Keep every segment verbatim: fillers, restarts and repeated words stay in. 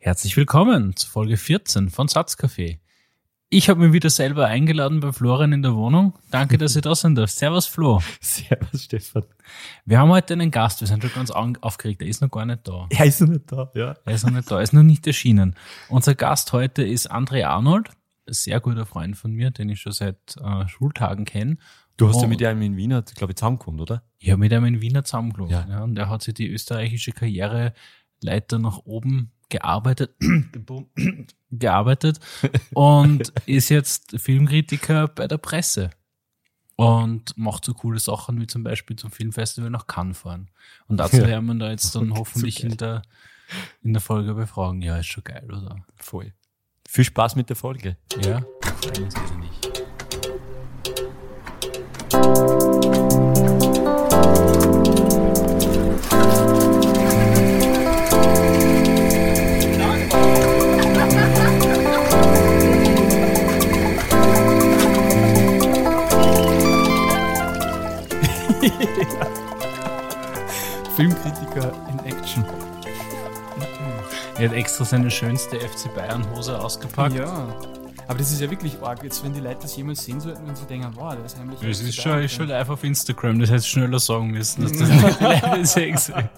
Herzlich willkommen zu Folge vierzehn von Satzcafé. Ich habe mich wieder selber eingeladen bei Florian in der Wohnung. Danke, dass ihr da sein dürft. Servus Flo. Servus Stefan. Wir haben heute einen Gast, wir sind schon ganz aufgeregt. Er ist noch gar nicht da. Er ist noch nicht da, ja. Er ist noch nicht da, er ist noch nicht erschienen. Unser Gast heute ist André Arnold, ein sehr guter Freund von mir, den ich schon seit äh, Schultagen kenne. Du hast und ja mit ihm in Wien, glaube ich, zusammengekommen, oder? Ich habe mit ihm in Wien zusammengekommen. Ja. Ja, und er hat sich die österreichische Karriereleiter nach oben gearbeitet, gearbeitet und ist jetzt Filmkritiker bei der Presse und macht so coole Sachen wie zum Beispiel zum Filmfestival nach Cannes fahren. Und dazu Ja. werden wir da jetzt dann hoffentlich in der, in der Folge befragen. Ja, ist schon geil, oder? Voll. Viel Spaß mit der Folge. Ja, freuen uns also nicht. Filmkritiker in Action. Er hat extra seine schönste F C Bayern-Hose ausgepackt. Ja, aber das ist ja wirklich arg. Jetzt, wenn die Leute das jemals sehen sollten, wenn sie denken, wow, der ist heimlich. Das F C ist Bayern. schon, ist schon live auf Instagram, das hätte ich schneller sagen müssen, dass das nicht die Leute sehen.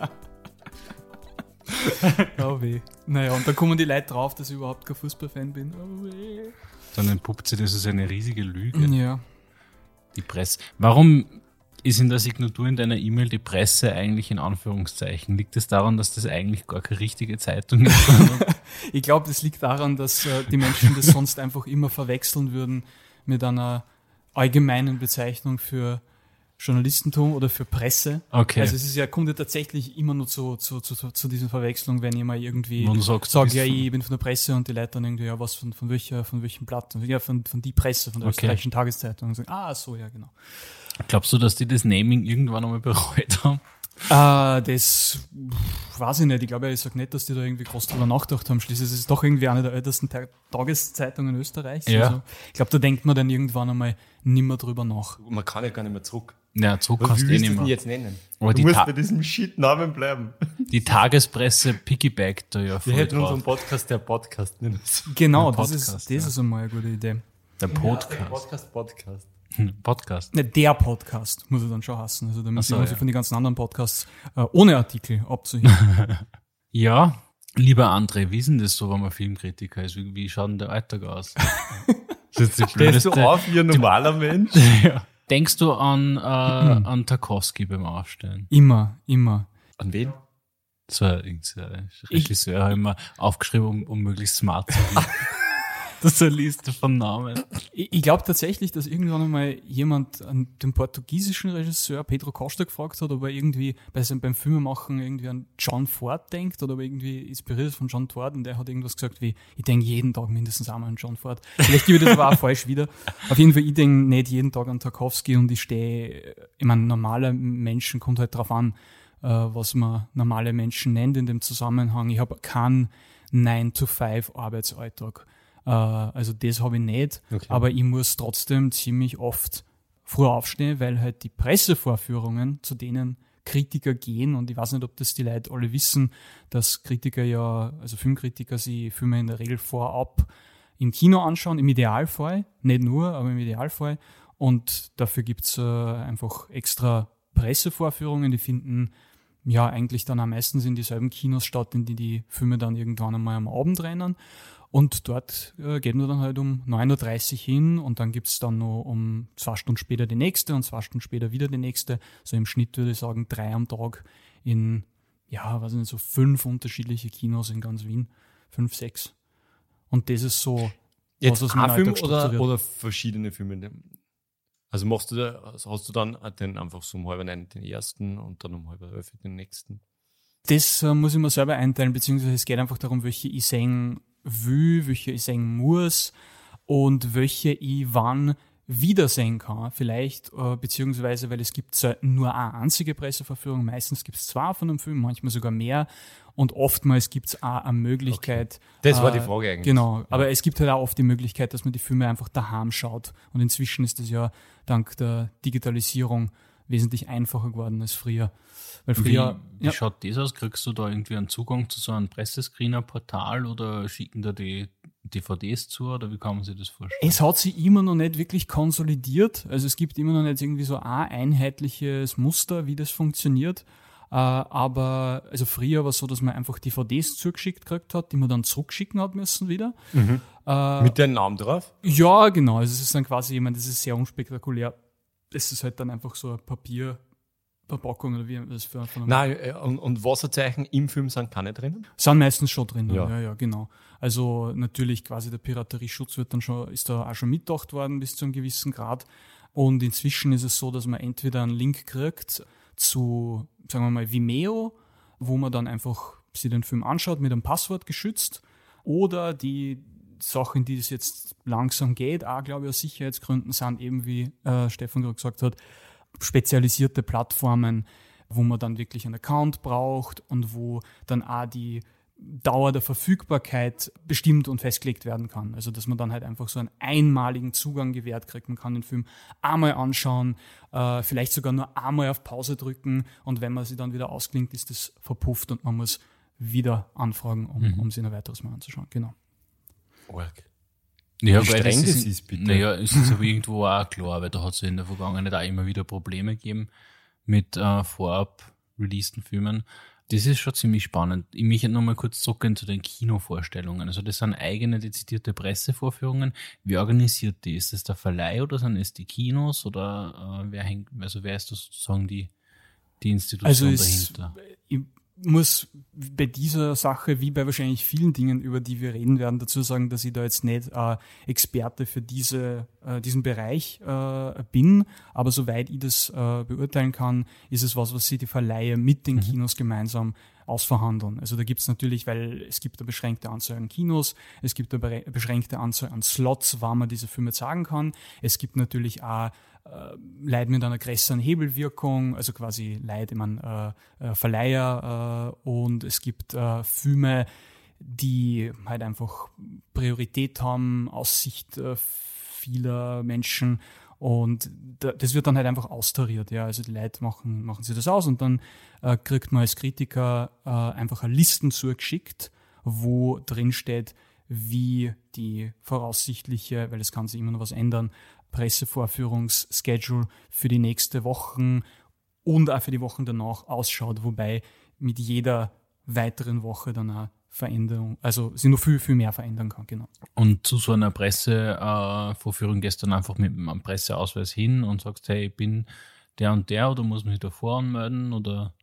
Oh weh. Naja, und dann kommen die Leute drauf, dass ich überhaupt kein Fußballfan bin. Oh weh. Dann entpuppt sich das als eine riesige Lüge. Ja. Die Presse. Warum ist in der Signatur in deiner E-Mail die Presse eigentlich in Anführungszeichen? Liegt es daran, dass das eigentlich gar keine richtige Zeitung ist? Ich glaube, das liegt daran, dass äh, die Menschen das sonst einfach immer verwechseln würden mit einer allgemeinen Bezeichnung für Journalistentum oder für Presse. Okay. Also es ist ja, kommt ja tatsächlich immer nur zu, zu, zu, zu diesen Verwechslungen, wenn jemand irgendwie Wo du sagst, sagt, du ja, bist ich bin von der Presse und die Leute dann irgendwie, ja, was von, von welcher, von welchem Blatt? Ja, von, von die Presse, von der Okay. österreichischen Tageszeitung. Und sagen, ah, so, ja, genau. Glaubst du, dass die das Naming irgendwann einmal bereut haben? Äh, das weiß ich nicht. Ich glaube, ich sage nicht, dass die da irgendwie groß drüber nachgedacht haben. Schließlich ist es doch irgendwie eine der ältesten Ta- Tageszeitungen Österreichs. Ja. Also, ich glaube, da denkt man dann irgendwann einmal nimmer drüber nach. Man kann ja gar nicht mehr zurück. Ja, zurück Was kannst du eh willst nicht du denn mehr. jetzt nennen? Aber Du die, musst Ta bei diesem Shit-Namen bleiben. die Tagespresse piggybackt da ja Wir voll hätten drauf. unseren Podcast der Podcast nennen sollen. Genau, Ein das Podcast, ist, das ja. ist einmal eine gute Idee. Der Der Podcast. Podcast, Podcast. Podcast. Ne, der Podcast muss er dann schon hassen. Also da Ach muss so, ich ja. von den ganzen anderen Podcasts äh, ohne Artikel abzuheben. Ja, lieber André, wie ist denn das so, wenn man Filmkritiker ist? Wie, wie schaut denn der Alltag aus? Das ist die Stehst blödeste. du auf wie ein normaler Mensch? Ja. Denkst du an, äh, an Tarkovsky beim Aufstehen? Immer, immer. An wen? So ein irgendein Regisseur hat immer aufgeschrieben, um, um möglichst smart zu sein. Das ist eine Liste von Namen. Ich, ich glaube tatsächlich, dass irgendwann einmal jemand an den portugiesischen Regisseur Pedro Costa gefragt hat, ob er irgendwie bei seinem, beim Filmemachen irgendwie an John Ford denkt oder ob er irgendwie inspiriert ist von John Ford, und der hat irgendwas gesagt wie, ich denke jeden Tag mindestens einmal an John Ford. Vielleicht gebe ich das aber auch falsch wieder. Auf jeden Fall, ich denke nicht jeden Tag an Tarkovsky, und ich stehe, ich meine, normale Menschen, kommt halt drauf an, äh, was man normale Menschen nennt in dem Zusammenhang. Ich habe keinen nine to five Arbeitsalltag. Also das habe ich nicht, Okay. aber ich muss trotzdem ziemlich oft früh aufstehen, weil halt die Pressevorführungen, zu denen Kritiker gehen, und ich weiß nicht, ob das die Leute alle wissen, dass Kritiker ja, also Filmkritiker, sie Filme in der Regel vorab im Kino anschauen, im Idealfall, nicht nur, aber im Idealfall, und dafür gibt's äh, einfach extra Pressevorführungen, die finden ja eigentlich dann am meisten in dieselben Kinos statt, in die die Filme dann irgendwann einmal am Abend rennen. Und dort äh, geht man dann halt um neun Uhr dreißig hin, und dann gibt's dann noch um zwei Stunden später die nächste und zwei Stunden später wieder die nächste. So im Schnitt würde ich sagen drei am Tag in, ja, weiß nicht, so fünf unterschiedliche Kinos in ganz Wien. Fünf, sechs. Und das ist so, Jetzt was ein mein Film Alltag oder, strukturiert. oder verschiedene Filme? Also machst du da, also hast du dann den einfach so um halb neun den ersten und dann um halb elf den nächsten? Das äh, muss ich mir selber einteilen, beziehungsweise es geht einfach darum, welche ich sehen will, welche ich sehen muss und welche ich wann wiedersehen kann. Vielleicht, äh, beziehungsweise, weil es gibt selten nur eine einzige Presseverführung, meistens gibt es zwei von einem Film, manchmal sogar mehr, und oftmals gibt es auch eine Möglichkeit. Okay. Das war äh, die Frage eigentlich. Genau, Ja. aber es gibt halt auch oft die Möglichkeit, dass man die Filme einfach daheim schaut, und inzwischen ist das ja dank der Digitalisierung wesentlich einfacher geworden als früher. Weil Wie, früher, wie ja, schaut das aus? Kriegst du da irgendwie einen Zugang zu so einem Pressescreener-Portal oder schicken da die D V Ds zu oder wie kann man sich das vorstellen? es hat sich immer noch nicht wirklich konsolidiert. Also es gibt immer noch nicht irgendwie so ein einheitliches Muster, wie das funktioniert. Äh, aber also früher war es so, dass man einfach D V Ds zugeschickt gekriegt hat, die man dann zurückschicken hat müssen wieder. Äh, Mit dem Namen drauf? ja, genau. Also es ist dann quasi, ich meine, das ist sehr unspektakulär. Es ist halt dann einfach so eine Papierverpackung oder wie das für von einem Nein, äh, und, und Wasserzeichen im Film sind keine drinnen? sind meistens schon drin. Ja. Ja. ja, ja, genau. Also natürlich quasi der Piraterieschutz wird dann schon, ist da auch schon mitgedacht worden bis zu einem gewissen Grad. Und inzwischen ist es so, dass man entweder einen Link kriegt zu, sagen wir mal, Vimeo, wo man dann einfach sich den Film anschaut, mit einem Passwort geschützt, oder die Sachen, die es jetzt langsam geht, auch glaube ich aus Sicherheitsgründen, sind eben, wie äh, Stefan gerade gesagt hat, spezialisierte Plattformen, wo man dann wirklich einen Account braucht und wo dann auch die Dauer der Verfügbarkeit bestimmt und festgelegt werden kann. Also dass man dann halt einfach so einen einmaligen Zugang gewährt kriegt. Man kann den Film einmal anschauen, äh, vielleicht sogar nur einmal auf Pause drücken und wenn man sie dann wieder ausklingt, ist das verpufft und man muss wieder anfragen, um, Mhm. um sich ein weiteres Mal anzuschauen. Genau. Org. Ja, Wie weil streng das das ist, ist, bitte. Naja, es ist aber irgendwo auch klar, weil da hat es ja in der Vergangenheit auch immer wieder Probleme gegeben mit äh, vorab releaseden Filmen. Das ist schon ziemlich spannend. Ich möchte nochmal kurz zurückgehen zu den Kinovorstellungen. Also das sind eigene dezidierte Pressevorführungen. Wer organisiert die? Ist das der Verleih oder sind es die Kinos? Oder äh, wer hängt, also wer ist das sozusagen die, die Institution Also es, dahinter? ich muss bei dieser Sache, wie bei wahrscheinlich vielen Dingen, über die wir reden werden, dazu sagen, dass ich da jetzt nicht äh, Experte für diese, äh, diesen Bereich äh, bin, aber soweit ich das äh, beurteilen kann, ist es was, was sie die Verleihe mit den Kinos gemeinsam ausverhandeln. Also da gibt es natürlich, weil es gibt eine beschränkte Anzahl an Kinos, es gibt eine bere- beschränkte Anzahl an Slots, wann man diese Filme zeigen kann. Es gibt natürlich auch äh, Leute mit einer größeren Hebelwirkung, also quasi Leute, ich meine, äh, äh, Verleiher äh, und es gibt äh, Filme, die halt einfach Priorität haben aus Sicht äh, vieler Menschen und da, das wird dann halt einfach austariert. Ja? Also die Leute machen, machen sich das aus und dann äh, kriegt man als Kritiker äh, einfach eine Listen zugeschickt, wo drin steht, wie die voraussichtliche, weil es kann sich immer noch was ändern, Pressevorführungsschedule für die nächste Wochen und auch für die Wochen danach ausschaut, wobei mit jeder weiteren Woche dann auch Veränderung, also sie noch viel, viel mehr verändern kann, genau. Und zu so einer Pressevorführung äh, Vorführung gehst du dann einfach mit einem Presseausweis hin und sagst, hey, ich bin der und der oder muss man sich davor anmelden oder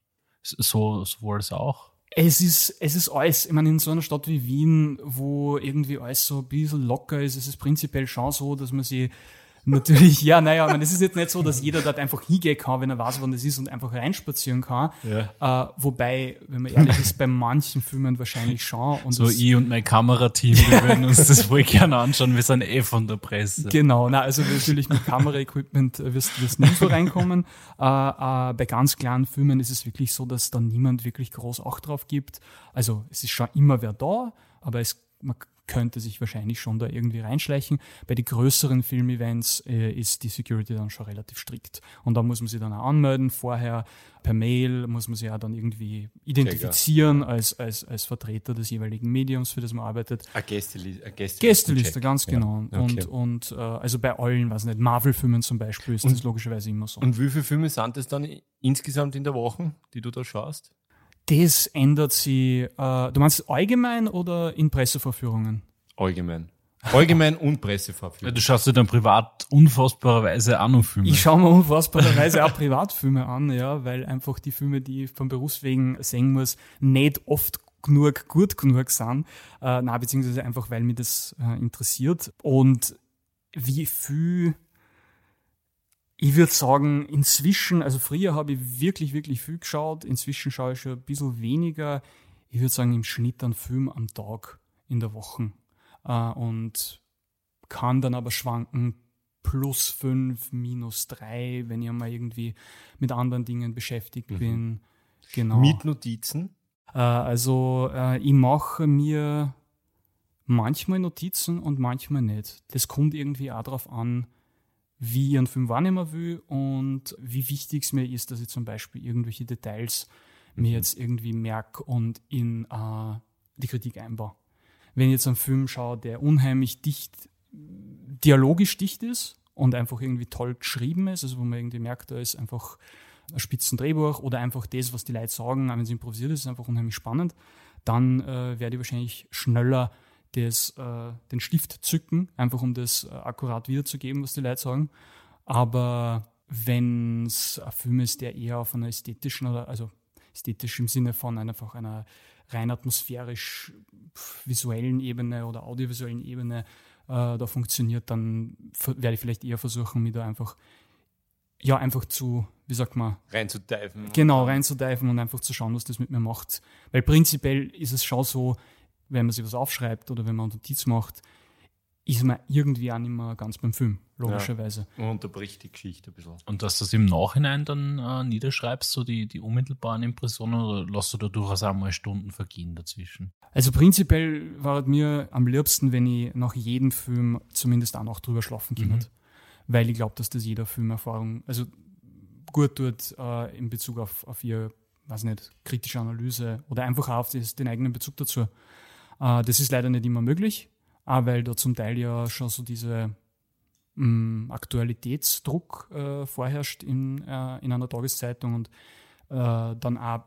so, so war es auch? Es ist, es ist alles, ich meine, in so einer Stadt wie Wien, wo irgendwie alles so ein bisschen locker ist, ist es prinzipiell schon so, dass man sich natürlich, ja, naja, ich meine, es ist jetzt nicht so, dass jeder dort einfach hingehen kann, wenn er weiß, wann das ist und einfach reinspazieren kann. Ja. Äh, wobei, wenn man ehrlich ist, bei manchen Filmen wahrscheinlich schon. Und So das, ich und mein Kamerateam, wir würden uns das voll gerne anschauen, wir sind eh von der Presse. Genau, na, also natürlich mit Kameraequipment wirst du nie so reinkommen. Äh, äh, bei ganz kleinen Filmen ist es wirklich so, dass da niemand wirklich groß Acht drauf gibt. Also es ist schon immer wer da, aber es, man könnte sich wahrscheinlich schon da irgendwie reinschleichen. Bei den größeren Filmevents äh, ist die Security dann schon relativ strikt. Und da muss man sich dann auch anmelden vorher. Per Mail muss man sich auch dann irgendwie identifizieren als, als, als Vertreter des jeweiligen Mediums, für das man arbeitet. Eine Gästeliste. Eine Gästeliste, Gästeliste, ganz Ja. genau. Okay. Und, und äh, also bei allen, weiß nicht, Marvel-Filmen zum Beispiel ist das logischerweise immer so. Und wie viele Filme sind das dann insgesamt in der Woche, die du da schaust? Das ändert sich, äh, du meinst allgemein oder in Pressevorführungen? Allgemein. Allgemein und Ja, Pressevorführung. du schaust dir dann privat unfassbarerweise auch noch Filme. Ich schaue mir unfassbarerweise auch Privatfilme an, ja, weil einfach die Filme, die ich vom Berufswegen sehen muss, nicht oft genug gut genug sind, äh, na, beziehungsweise einfach, weil mich das äh, interessiert. Und wie viel, ich würde sagen, inzwischen, also früher habe ich wirklich, wirklich viel geschaut, inzwischen schaue ich schon ein bisschen weniger. Ich würde sagen, im Schnitt einen Film am Tag in der Woche. Uh, und kann dann aber schwanken plus fünf, minus drei, wenn ich mal irgendwie mit anderen Dingen beschäftigt Mhm. bin. Genau. Mit Notizen? Uh, also uh, ich mache mir manchmal Notizen und manchmal nicht. Das kommt irgendwie auch darauf an, wie ich einen Film wahrnehmen will und wie wichtig es mir ist, dass ich zum Beispiel irgendwelche Details mhm. mir jetzt irgendwie merke und in äh, die Kritik einbaue. Wenn ich jetzt einen Film schaue, der unheimlich dicht, dialogisch dicht ist und einfach irgendwie toll geschrieben ist, also wo man irgendwie merkt, da ist einfach ein Spitzendrehbuch oder einfach das, was die Leute sagen, auch wenn es improvisiert ist, ist einfach unheimlich spannend, dann äh, werde ich wahrscheinlich schneller das, äh, den Stift zücken, einfach um das äh, akkurat wiederzugeben, was die Leute sagen. Aber wenn es ein Film ist, der eher auf einer ästhetischen oder also ästhetisch im Sinne von einfach einer rein atmosphärisch visuellen Ebene oder audiovisuellen Ebene äh, da funktioniert, dann f- werde ich vielleicht eher versuchen, mich da einfach ja einfach zu, wie sagt man, reinzudeifen. Genau, reinzudeifen und einfach zu schauen, was das mit mir macht. Weil prinzipiell ist es schon so, wenn man sich was aufschreibt oder wenn man eine Notiz macht, ist man irgendwie auch nicht mehr ganz beim Film, logischerweise. Ja, man unterbricht die Geschichte ein bisschen. Und dass du das im Nachhinein dann äh, niederschreibst, so die, die unmittelbaren Impressionen, oder lässt du da durchaus auch mal Stunden vergehen dazwischen? Also prinzipiell war es mir am liebsten, wenn ich nach jedem Film zumindest auch noch drüber schlafen kann. Mhm. Weil ich glaube, dass das jeder Filmerfahrung also gut tut äh, in Bezug auf, auf ihre, weiß nicht, kritische Analyse oder einfach auch auf das, den eigenen Bezug dazu. Äh, das ist leider nicht immer möglich, auch weil da zum Teil ja schon so diese mh, Aktualitätsdruck äh, vorherrscht in, äh, in einer Tageszeitung und äh, dann auch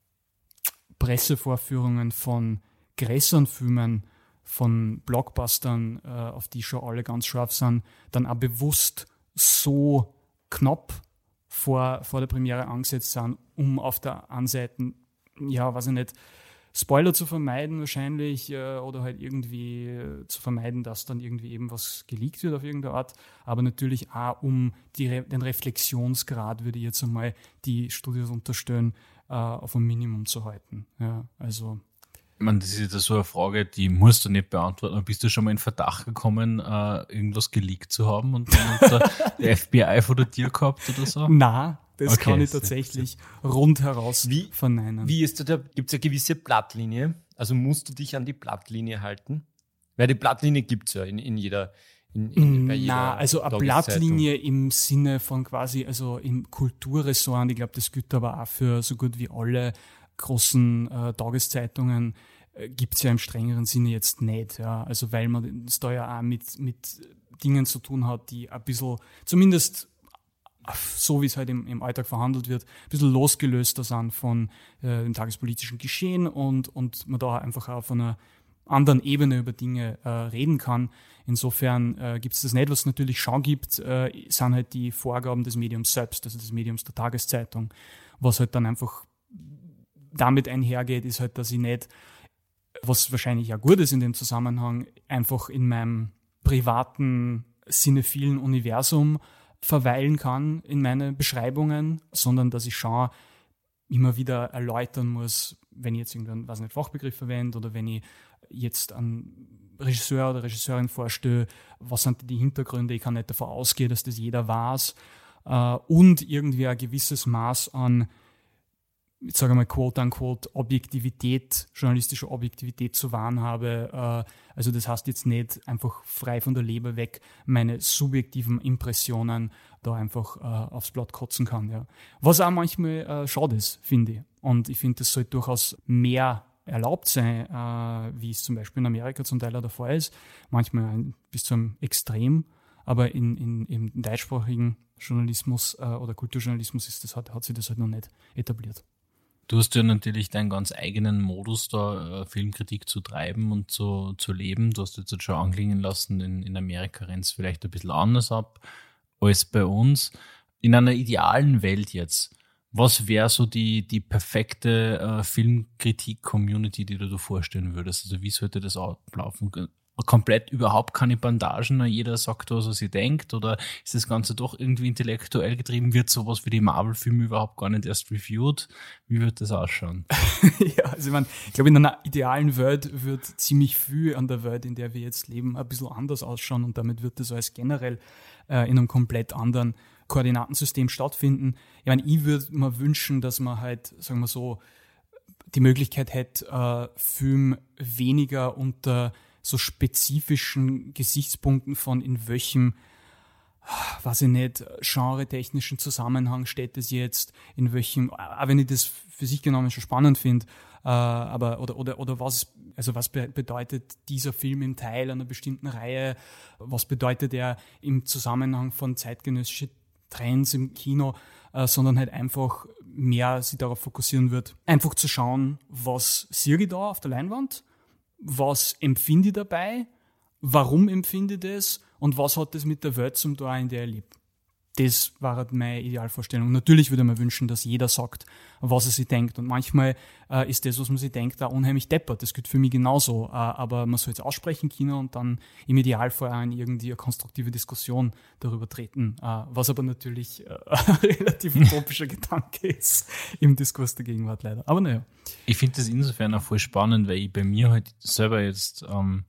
Pressevorführungen von größeren Filmen, von Blockbustern, äh, auf die schon alle ganz scharf sind, dann auch bewusst so knapp vor, vor der Premiere angesetzt sind, um auf der einen Seite, ja, weiß ich nicht, Spoiler zu vermeiden wahrscheinlich äh, oder halt irgendwie äh, zu vermeiden, dass dann irgendwie eben was geleakt wird auf irgendeine Art, aber natürlich auch um die Re- den Reflexionsgrad, würde ich jetzt einmal die Studios unterstellen, äh, auf ein Minimum zu halten. Ja, also Ich meine, das ist jetzt so eine Frage, die musst du nicht beantworten. Aber bist du schon mal in Verdacht gekommen, äh, irgendwas geleakt zu haben und dann hat der F B I vor der Tür gehabt oder so? Na, das Okay, kann ich sehr, tatsächlich rundheraus Wie- verneinen. Wie ist da, gibt es eine gewisse Blattlinie? Also musst du dich an die Blattlinie halten? Weil die Blattlinie gibt es ja in, in jeder, in, in, bei jeder Na, also eine Tageszeitung. Blattlinie im Sinne von quasi, also im Kulturressort, ich glaube, das gilt aber auch für so gut wie alle großen äh, Tageszeitungen, äh, gibt es ja im strengeren Sinne jetzt nicht. Ja. Also weil man es da ja auch mit, mit Dingen zu tun hat, die ein bisschen, zumindest so wie es halt im, im Alltag verhandelt wird, ein bisschen losgelöster sind von äh, dem tagespolitischen Geschehen und, und man da einfach auch auf einer anderen Ebene über Dinge äh, reden kann. Insofern äh, gibt es das nicht. Was es natürlich schon gibt, äh, sind halt die Vorgaben des Mediums selbst, also des Mediums der Tageszeitung. Was halt dann einfach damit einhergeht, ist halt, dass ich nicht, was wahrscheinlich auch gut ist in dem Zusammenhang, einfach in meinem privaten, cinephilen Universum verweilen kann in meinen Beschreibungen, sondern dass ich schon immer wieder erläutern muss, wenn ich jetzt irgendeinen, weiß nicht, Fachbegriff verwende oder wenn ich jetzt einen Regisseur oder Regisseurin vorstelle, was sind die Hintergründe, ich kann nicht davon ausgehen, dass das jeder weiß, äh, und irgendwie ein gewisses Maß an, ich sage mal, quote-unquote, Objektivität, journalistische Objektivität zu wahren habe. Äh, also das heißt jetzt nicht einfach frei von der Leber weg meine subjektiven Impressionen da einfach äh, aufs Blatt kotzen kann. Ja. Was auch manchmal äh, schade ist, finde ich. Und ich finde, das sollte durchaus mehr erlaubt sein, äh, wie es zum Beispiel in Amerika zum Teil auch der Fall ist. Manchmal bis zum Extrem. Aber in, in, im deutschsprachigen Journalismus äh, oder Kulturjournalismus ist das, hat, hat sich das halt noch nicht etabliert. Du hast ja natürlich deinen ganz eigenen Modus, da äh, Filmkritik zu treiben und zu, zu leben. Du hast jetzt schon anklingen lassen, in, in Amerika rennt es vielleicht ein bisschen anders ab als bei uns. In einer idealen Welt jetzt, was wäre so die, die perfekte äh, Filmkritik-Community, die du dir vorstellen würdest? Also wie sollte das ablaufen? Komplett überhaupt keine Bandagen, jeder sagt, was er sich denkt, oder ist das Ganze doch irgendwie intellektuell getrieben? Wird sowas wie die Marvel-Filme überhaupt gar nicht erst reviewed? Wie wird das ausschauen? Ja, also ich meine, ich glaube, in einer idealen Welt wird ziemlich viel an der Welt, in der wir jetzt leben, ein bisschen anders ausschauen und damit wird das alles generell äh, in einem komplett anderen Koordinatensystem stattfinden. Ich meine, ich würde mir wünschen, dass man halt, sagen wir so, die Möglichkeit hätte, äh, Film weniger unter so spezifischen Gesichtspunkten von in welchem weiß ich nicht, genre-technischen Zusammenhang steht es jetzt, in welchem, auch wenn ich das für sich genommen schon spannend finde, äh, aber, oder, oder, oder was, also was be- bedeutet dieser Film im Teil einer bestimmten Reihe, was bedeutet er im Zusammenhang von zeitgenössischen Trends im Kino, äh, sondern halt einfach mehr sich darauf fokussieren wird, einfach zu schauen, was sehe ich da auf der Leinwand, was empfinde ich dabei, warum empfinde ich das und was hat das mit der Welt zum tun, in der ich lebe. Das war halt meine Idealvorstellung. Natürlich würde man wünschen, dass jeder sagt, was er sich denkt. Und manchmal äh, ist das, was man sich denkt, auch unheimlich deppert. Das gilt für mich genauso. Äh, aber man soll es aussprechen können und dann im Idealfall auch in irgendwie eine konstruktive Diskussion darüber treten. Äh, was aber natürlich äh, ein relativ utopischer Gedanke ist im Diskurs der Gegenwart leider. Aber naja. Ich finde das insofern auch voll spannend, weil ich bei mir halt selber jetzt ähm,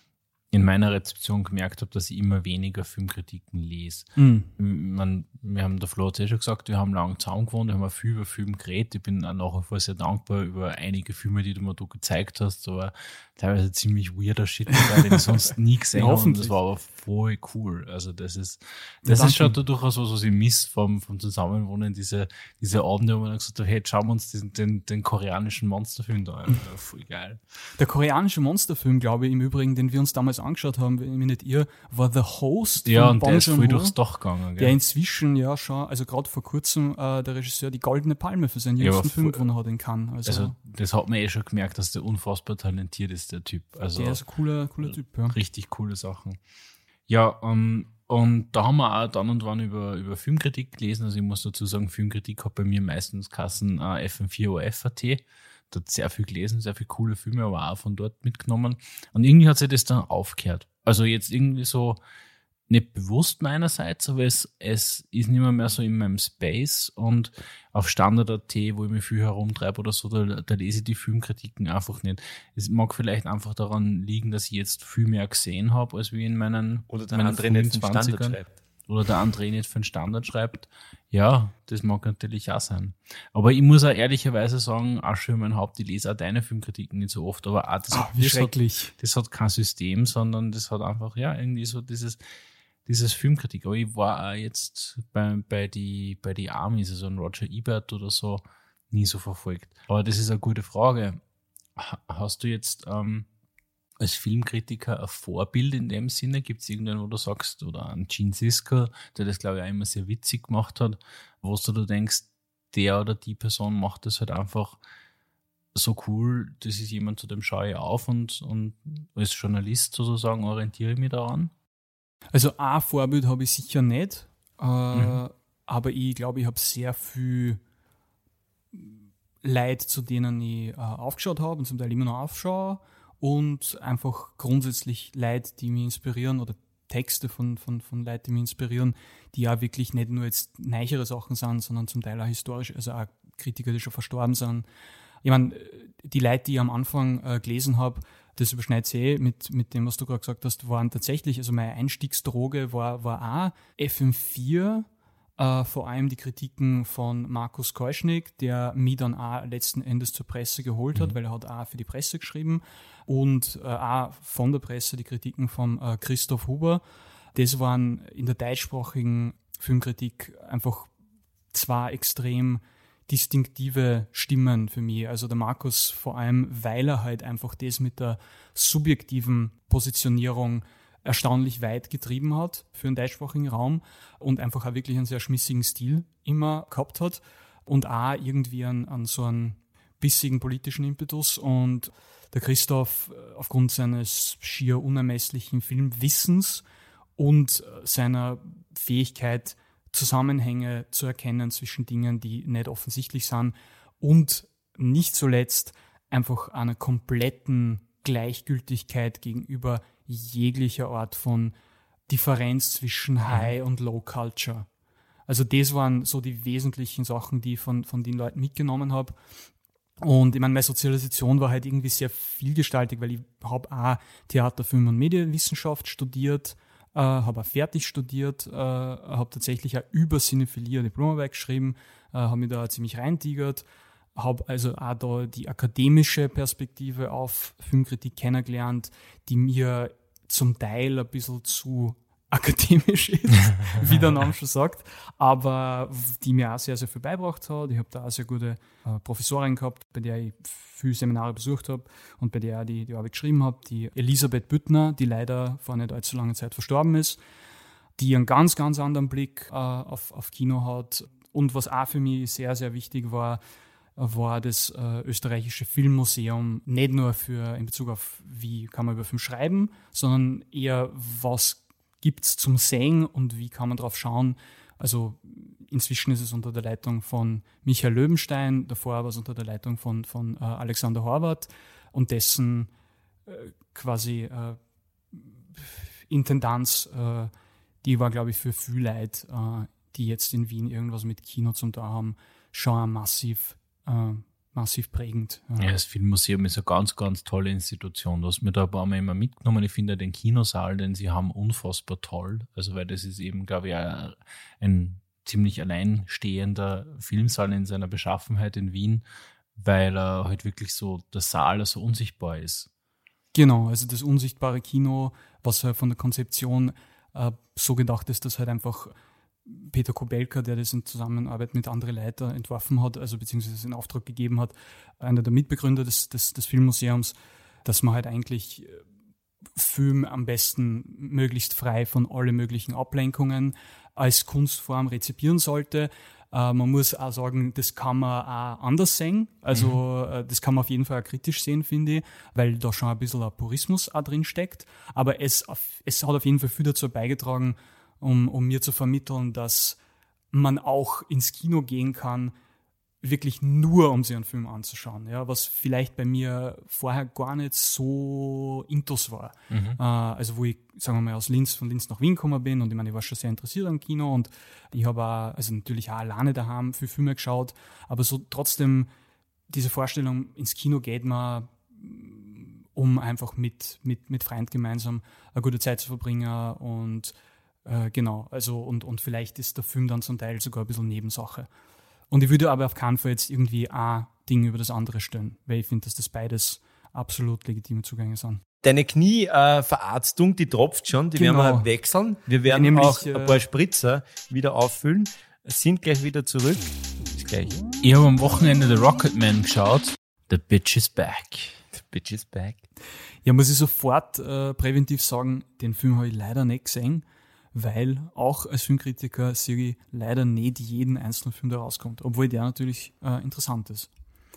in meiner Rezeption gemerkt habe, dass ich immer weniger Filmkritiken lese. Mhm. Man, wir haben, der Flo hat es eh schon gesagt, wir haben lange zusammen gewohnt, wir haben auch viel über Film geredet. Ich bin auch nach wie vor sehr dankbar über einige Filme, die du mir da gezeigt hast, aber teilweise ziemlich weirder Shit, den ich sonst nie gesehen habe. Und das war aber voll cool. Also das ist, das Ja, ist schon durchaus was, was ich miss vom, vom Zusammenwohnen, diese, diese Abende, wo man dann gesagt hat, hey, jetzt schauen wir uns den, den, den koreanischen Monsterfilm da an. Ja, voll geil. Der koreanische Monsterfilm, glaube ich, im Übrigen, den wir uns damals angeschaut haben, wenn mich nicht irre, war The Host Ja, von und Bong der ist voll Joon-ho, durchs Dach gegangen. der Gell? inzwischen ja schon, also gerade vor kurzem, äh, der Regisseur die Goldene Palme für seinen Ja, jüngsten aber Film voll- gewonnen hat in Cannes. Also, Also das hat man eh schon gemerkt, dass der unfassbar talentiert ist, der Typ. Also der ist ein cooler, cooler Typ, ja. richtig coole Sachen. Ja, ähm, und da haben wir auch dann und wann über, über Filmkritik gelesen. Also ich muss dazu sagen, Filmkritik hat bei mir meistens Kassen äh, F M vier O F Punkt A T. Da hat sehr viel gelesen, sehr viele coole Filme, aber auch von dort mitgenommen. Und irgendwie hat sich das dann aufgehört. Also jetzt irgendwie so nicht bewusst meinerseits, aber es, es ist nicht mehr, mehr so in meinem Space und auf Standard Punkt A T, wo ich mich viel herumtreibe oder so, da, da lese ich die Filmkritiken einfach nicht. Es mag vielleicht einfach daran liegen, dass ich jetzt viel mehr gesehen habe, als wie in meinen, Oder der meinen andere nicht frühen den Standard zwanzigern. schreibt. Oder der André nicht für den Standard schreibt. Ja, das mag natürlich auch sein. Aber ich muss auch ehrlicherweise sagen, Asche über mein Haupt, ich lese auch deine Filmkritiken nicht so oft, aber auch das, Ah, wie das, hat, schrecklich. das hat kein System, sondern das hat einfach, ja, irgendwie so dieses, dieses Filmkritik. Aber ich war auch jetzt bei, bei die, bei die Amis, also ein Roger Ebert oder so, nie so verfolgt. Aber das ist eine gute Frage. Ha- Hast du jetzt ähm, als Filmkritiker ein Vorbild in dem Sinne? Gibt es irgendeinen, wo du sagst, oder einen Gene Siskel, der das, glaube ich, auch immer sehr witzig gemacht hat, wo du da denkst, der oder die Person macht das halt einfach so cool, das ist jemand, zu dem schaue ich auf und, und als Journalist sozusagen orientiere ich mich daran? Also ein Vorbild habe ich sicher nicht, äh, Mhm. aber ich glaube, ich habe sehr viel Leute, zu denen ich äh, aufgeschaut habe und zum Teil immer noch aufschaue und einfach grundsätzlich Leute, die mich inspirieren oder Texte von, von, von Leuten, die mich inspirieren, die ja wirklich nicht nur jetzt neichere Sachen sind, sondern zum Teil auch historisch, also auch Kritiker, die schon verstorben sind. Ich meine, die Leute, die ich am Anfang äh, gelesen habe, das überschneidet sich eh mit, mit dem, was du gerade gesagt hast, waren tatsächlich, also meine Einstiegsdroge war, war auch F M vier, äh, vor allem die Kritiken von Markus Keuschnick, der mich dann auch letzten Endes zur Presse geholt hat, Mhm. weil er hat auch für die Presse geschrieben und äh, auch von der Presse die Kritiken von äh, Christoph Huber. Das waren in der deutschsprachigen Filmkritik einfach zwei extrem distinktive Stimmen für mich. Also der Markus vor allem, weil er halt einfach das mit der subjektiven Positionierung erstaunlich weit getrieben hat für den deutschsprachigen Raum und einfach auch wirklich einen sehr schmissigen Stil immer gehabt hat und auch irgendwie an, an so einen bissigen politischen Impetus. Und der Christoph äh, aufgrund seines schier unermesslichen Filmwissens und äh, seiner Fähigkeit, Zusammenhänge zu erkennen zwischen Dingen, die nicht offensichtlich sind und nicht zuletzt einfach einer kompletten Gleichgültigkeit gegenüber jeglicher Art von Differenz zwischen High und Low Culture. Also das waren so die wesentlichen Sachen, die ich von, von den Leuten mitgenommen habe. Und ich meine, meine Sozialisation war halt irgendwie sehr vielgestaltig, weil ich habe auch Theater, Film und Medienwissenschaft studiert, äh, habe auch fertig studiert, äh, habe tatsächlich auch über Cinephilie eine Diplomarbeit geschrieben, äh, habe mich da ziemlich reintigert, habe also auch da die akademische Perspektive auf Filmkritik kennengelernt, die mir zum Teil ein bisschen zu akademisch ist, wie der Name schon sagt, aber die mir auch sehr, sehr viel beigebracht hat. Ich habe da auch sehr gute äh, Professorin gehabt, bei der ich viele Seminare besucht habe und bei der ich die, die Arbeit geschrieben habe, die Elisabeth Büttner, die leider vor nicht allzu langer Zeit verstorben ist, die einen ganz, ganz anderen Blick äh, auf, auf Kino hat. Und was auch für mich sehr, sehr wichtig war, war das äh, österreichische Filmmuseum nicht nur für in Bezug auf, wie kann man über Film schreiben, sondern eher, was gibt es zum Sehen und wie kann man drauf schauen. Also inzwischen ist es unter der Leitung von Michael Löwenstein, davor war es unter der Leitung von, von äh, Alexander Horvath und dessen äh, quasi äh, Intendanz, äh, die war, glaube ich, für viele Leute, äh, die jetzt in Wien irgendwas mit Kino zum Tun haben, schon massiv, äh, massiv prägend. Ja, das Filmmuseum ist eine ganz, ganz tolle Institution. Du hast mir da ein paar Mal immer mitgenommen. Ich finde den Kinosaal, den sie haben, unfassbar toll. Also, weil das ist eben, glaube ich, ein, ein ziemlich alleinstehender Filmsaal in seiner Beschaffenheit in Wien, weil er halt wirklich so, der Saal so unsichtbar ist. Genau, also das unsichtbare Kino, was halt von der Konzeption äh, so gedacht ist, dass halt einfach Peter Kobelka, der das in Zusammenarbeit mit anderen Leitern entworfen hat, also beziehungsweise in Auftrag gegeben hat, einer der Mitbegründer des, des, des Filmmuseums, dass man halt eigentlich Film am besten möglichst frei von allen möglichen Ablenkungen als Kunstform rezipieren sollte. Äh, man muss auch sagen, das kann man auch anders sehen. Also mhm. äh, das kann man auf jeden Fall auch kritisch sehen, finde ich, weil da schon ein bisschen ein Purismus auch drin steckt. Aber es, es hat auf jeden Fall viel dazu beigetragen, Um, um mir zu vermitteln, dass man auch ins Kino gehen kann, wirklich nur, um sich einen Film anzuschauen. Ja, was vielleicht bei mir vorher gar nicht so intus war. Mhm. Äh, also wo ich, sagen wir mal, aus Linz, von Linz nach Wien gekommen bin und ich meine, ich war schon sehr interessiert am Kino und ich habe auch, also natürlich auch alleine daheim viele Filme geschaut, aber so trotzdem diese Vorstellung, ins Kino geht man, um einfach mit, mit, mit Freunden gemeinsam eine gute Zeit zu verbringen und Äh, genau, also und, und vielleicht ist der Film dann zum Teil sogar ein bisschen Nebensache. Und ich würde aber auf keinen Fall jetzt irgendwie ein Ding über das andere stellen, weil ich finde, dass das beides absolut legitime Zugänge sind. Deine Knieverarztung, die tropft schon, die Genau. werden wir wechseln. Wir werden Ja, nämlich, auch ein paar Spritzer wieder auffüllen, sind gleich wieder zurück. Bis gleich. Ich habe am Wochenende The Rocketman geschaut. The Bitch is Back. The Bitch is Back. Ja, muss ich sofort äh, präventiv sagen, den Film habe ich leider nicht gesehen, weil auch als Filmkritiker sehe ich leider nicht jeden einzelnen Film, der rauskommt, obwohl der natürlich äh, interessant ist.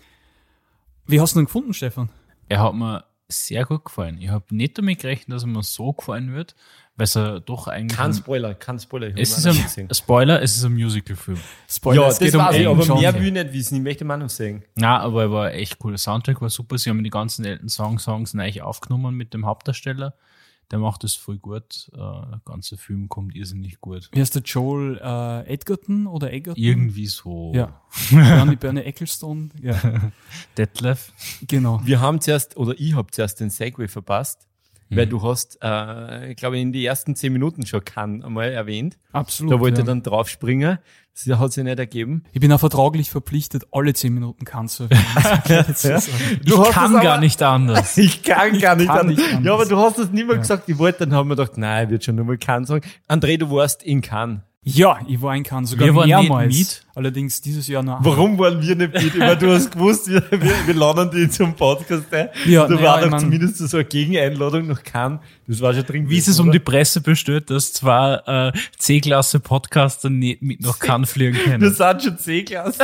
Wie hast du ihn gefunden, Stefan? Er hat mir sehr gut gefallen. Ich habe nicht damit gerechnet, dass er mir so gefallen wird, weil es er doch eigentlich... Kein Spoiler, kein Spoiler. Ich es ist ein Spoiler, es ist ein Musical-Film. Spoiler, ja, es das geht um weiß ich, Elton aber John. mehr will ich nicht wissen. Ich möchte mal noch sehen. Na, aber er war echt cool. Der Soundtrack war super. Sie haben die ganzen alten Song Songs neu aufgenommen mit dem Hauptdarsteller. Der macht das voll gut. Äh, der ganze Film kommt irrsinnig gut. Wie heißt der Joel äh, Edgerton oder Egerton? Irgendwie so. Ja. Bernie, Bernie Ecclestone. Ja. Detlef. Genau. Wir haben zuerst, oder ich habe zuerst den Segway verpasst, Mhm. weil du hast, äh, ich glaube, in die ersten zehn Minuten schon Cannes einmal erwähnt. Absolut. Da wollte ja. er dann drauf springen. Das hat sich nicht ergeben. Ich bin auch vertraglich verpflichtet, alle zehn Minuten Cannes zu erwähnen. Ich Du hast kann das gar aber- nicht anders. Ich kann gar nicht, kann an- nicht anders. Ja, aber du hast das nie mal Ja. gesagt. Ich wollte, dann haben wir gedacht, nein, ich wird schon nur mal Cannes sagen. André, du warst in Cannes. Ja, ich war in Cannes, sogar Wir waren mehrmals. nicht mit. Allerdings dieses Jahr noch. Warum waren wir nicht mit? Weil du hast gewusst, wir, wir, wir laden die zum Podcast ein. Ja, da naja, war ich doch mein- zumindest so eine Gegeneinladung nach Cannes. Das war schon drin. Wie ist es um die Presse bestellt, dass zwei äh, C-Klasse-Podcaster nicht mit nach Cannes fliegen Wir können? sind schon C-Klasse.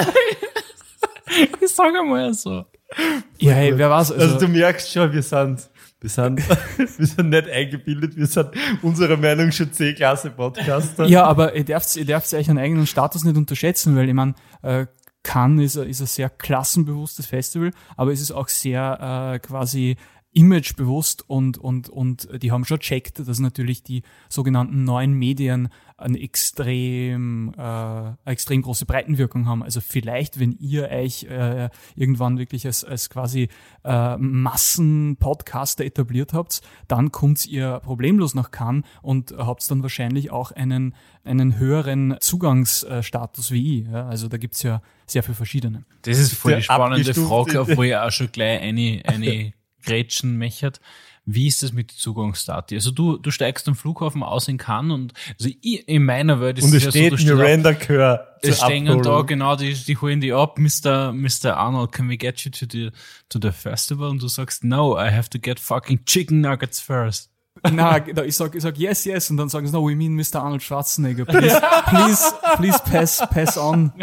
Ich sage mal so. Ja, hey, wer weiß. Also, Also du merkst schon, wir sind, wir sind, wir sind nicht eingebildet, wir sind unserer Meinung schon C-Klasse-Podcaster. ja, aber ihr dürft, ihr dürft euch einen eigenen Status nicht unterschätzen, weil ich meine, äh, Cannes ist, ein- ist ein sehr klassenbewusstes Festival, aber es ist auch sehr äh, quasi imagebewusst und, und, und die haben schon checkt, dass natürlich die sogenannten neuen Medien eine extrem, äh, eine extrem große Breitenwirkung haben. Also vielleicht, wenn ihr euch äh, irgendwann wirklich als, als quasi äh, Massenpodcaster etabliert habt, dann kommt ihr problemlos nach Cannes und habt dann wahrscheinlich auch einen, einen höheren Zugangsstatus wie ich. Ja? Also da gibt's ja sehr viele verschiedene. Das ist voll Der die spannende abgestufte- Frage, obwohl ich auch schon gleich eine, eine Grätschen mechert, wie ist das mit der Zugangsdaten? Also du, du steigst am Flughafen aus in Cannes und also ich, in meiner Welt ist Und es es ja steht so, Miranda Kerr. es stehen da, genau, die, die holen die ab, Mister Mister Arnold, can we get you to the, to the festival? Und du sagst, no, I have to get fucking chicken nuggets first. Na, da, ich sag, ich sag yes, yes, und dann sagen sie, no, we mean Mister Arnold Schwarzenegger. Please, please, please pass, pass on.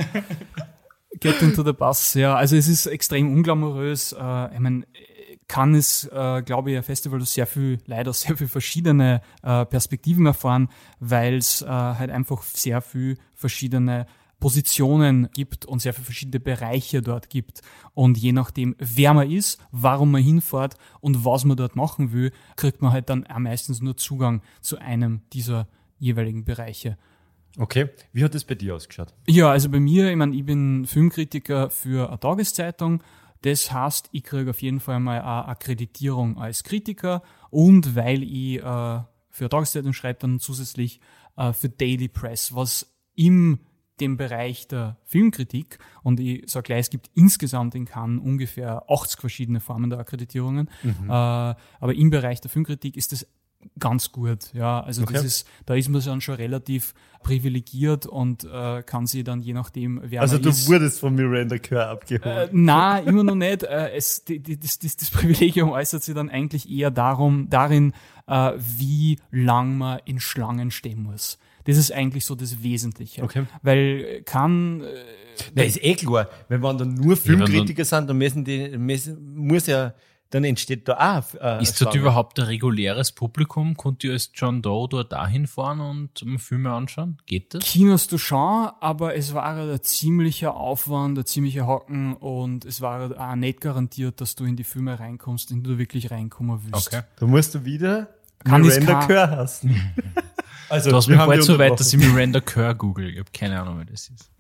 Get into the bus. Ja, also es ist extrem unglamourös. Äh, ich meine, Cannes ist, äh, glaube ich, ein Festival, das sehr viel, leider sehr viel verschiedene äh, Perspektiven erfahren, weil es äh, halt einfach sehr viel verschiedene Positionen gibt und sehr viele verschiedene Bereiche dort gibt. Und je nachdem, wer man ist, warum man hinfährt und was man dort machen will, kriegt man halt dann auch meistens nur Zugang zu einem dieser jeweiligen Bereiche. Okay, wie hat das bei dir ausgeschaut? Ja, also bei mir, ich meine, ich bin Filmkritiker für eine Tageszeitung. Das heißt, ich kriege auf jeden Fall mal eine Akkreditierung als Kritiker und weil ich äh, für eine Tageszeitung schreibe, dann zusätzlich äh, für Daily Press, was im dem Bereich der Filmkritik, und ich sage gleich, es gibt insgesamt in Cannes ungefähr achtzig verschiedene Formen der Akkreditierungen, mhm. äh, aber im Bereich der Filmkritik ist das ganz gut. Ja, also okay. das ist, da ist man dann schon relativ privilegiert und äh, kann sich dann je nachdem, wer also man du ist. wurdest von Miranda Kerr abgeholt. Äh, nein, immer noch nicht. Äh, es, die, die, das, das, das Privilegium äußert sich dann eigentlich eher darum, darin, äh, wie lang man in Schlangen stehen muss. Das ist eigentlich so das Wesentliche. Okay. Weil kann... Äh, Na, ist eh klar. Wenn wir dann nur Filmkritiker sind, dann müssen die, müssen, muss ja, dann entsteht da auch äh, Ist dort überhaupt ein reguläres Publikum? Könnt ihr als John Doe dort dahin fahren und Filme anschauen? Geht das? Kinos du schon, aber es war ein ziemlicher Aufwand, ein ziemlicher Hocken und es war auch nicht garantiert, dass du in die Filme reinkommst, in die du wirklich reinkommen willst. Okay. Da musst du wieder Kann Miranda Kerr hassen. Also, du hast mich bald so weit, dass ich Miranda Kerr google. Ich habe keine Ahnung, wer das ist.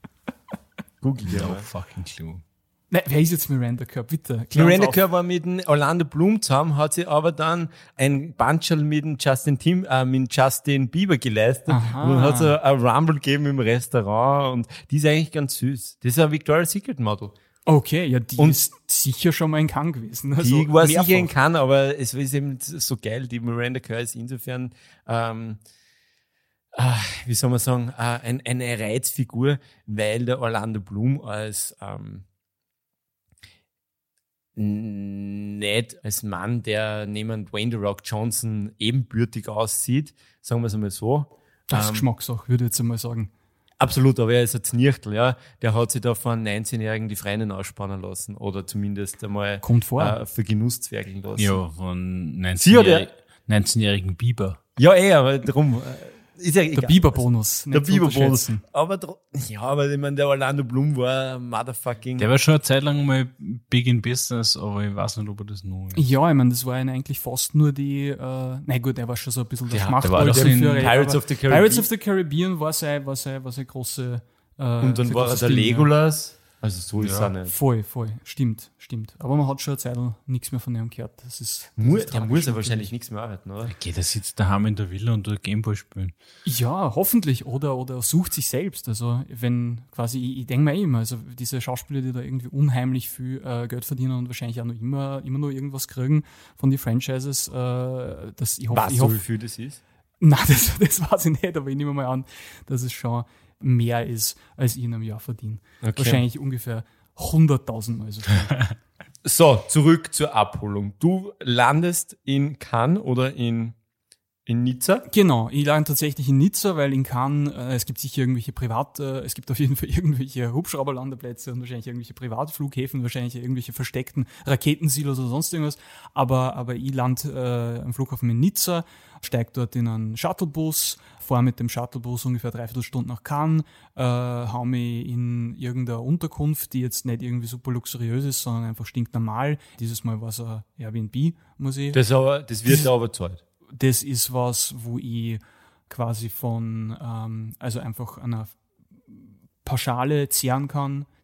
Google ja. No fucking clue. Nein, wer ist jetzt Miranda Kerr? Bitte. Miranda Kerr war mit dem Orlando Bloom zusammen, hat sie aber dann ein Buncherl mit dem Justin Tim, äh, mit Justin Bieber geleistet. Aha. Und hat so ein Rumble gegeben im Restaurant und die ist eigentlich ganz süß. Das ist ein Victoria's Secret Model. Okay, ja, die und ist sicher schon mal in Cannes gewesen. Also die war mehrfach. sicher in Cannes, aber es ist eben so geil. Die Miranda Kerr ist insofern, ähm, äh, wie soll man sagen, äh, ein, eine Reizfigur, weil der Orlando Bloom als ähm, nicht als Mann, der neben Dwayne The Rock Johnson ebenbürtig aussieht, sagen wir es einmal so. Das ist ähm, Geschmackssache, würde ich jetzt einmal sagen. Absolut, aber er ist ein Znirchtel, ja. Der hat sich da von neunzehnjährigen die Freien ausspannen lassen oder zumindest einmal Kommt vor. Äh, für Genuss zwergeln lassen. Ja, von neunzehnjährigen neunzehnjährigen Biber. Ja, eh, aber darum äh, ist ja egal. Der Biber-Bonus. Der Biber-Bonus. Aber, ja, aber ich meine, der Orlando Bloom war motherfucking... Der war schon eine Zeit lang mal big in business, aber ich weiß nicht, ob er das nur ist. Ja, ich meine, das war ja eigentlich fast nur die, äh, na gut, er war schon so ein bisschen der Ja, Schmachtball. der war doch in Pirates of the Caribbean. Pirates of the Caribbean war sein, war sein, war sein große, äh, Und dann sein war er großes der Ding, Legolas. Also so ist Ja. er Ja. nicht. Voll, voll, stimmt, stimmt. Aber man hat schon eine Zeit lang nichts mehr von ihm gehört. Das ist, das Mu ist der tragisch muss ja natürlich. wahrscheinlich nichts mehr arbeiten, oder? Okay, der sitzt daheim in der Villa und tut Gameboy spielen. Ja, hoffentlich. Oder, oder sucht sich selbst. Also, wenn quasi, ich, ich denke mir eh immer, also diese Schauspieler, die da irgendwie unheimlich viel äh, Geld verdienen und wahrscheinlich auch noch immer, immer nur irgendwas kriegen von den Franchises, äh, das, ich hoffe, Weißt ich du, hoffe, wie viel das ist? nein, das, das weiß ich nicht, aber ich nehme mal an, dass es schon mehr ist, als ich in einem Jahr verdiene. Okay. Wahrscheinlich ungefähr hunderttausend Mal so viel. So, zurück zur Abholung. Du landest in Cannes oder in, in Nizza? Genau, ich lande tatsächlich in Nizza, weil in Cannes, äh, es gibt sicher irgendwelche Privat, äh, es gibt auf jeden Fall irgendwelche Hubschrauberlandeplätze und wahrscheinlich irgendwelche Privatflughäfen, wahrscheinlich irgendwelche versteckten Raketensilos oder sonst irgendwas. Aber, aber ich lande äh, am Flughafen in Nizza, steige dort in einen Shuttlebus, fahre mit dem Shuttlebus ungefähr dreiviertel Stunden nach Cannes, äh, hau mich in irgendeine Unterkunft, die jetzt nicht irgendwie super luxuriös ist, sondern einfach stinknormal. Dieses Mal war es ein Airbnb, muss ich. Das, aber, das wird da aber zahlt. Das ist was, wo ich quasi von, ähm, also einfach einer Pauschale zehren kann,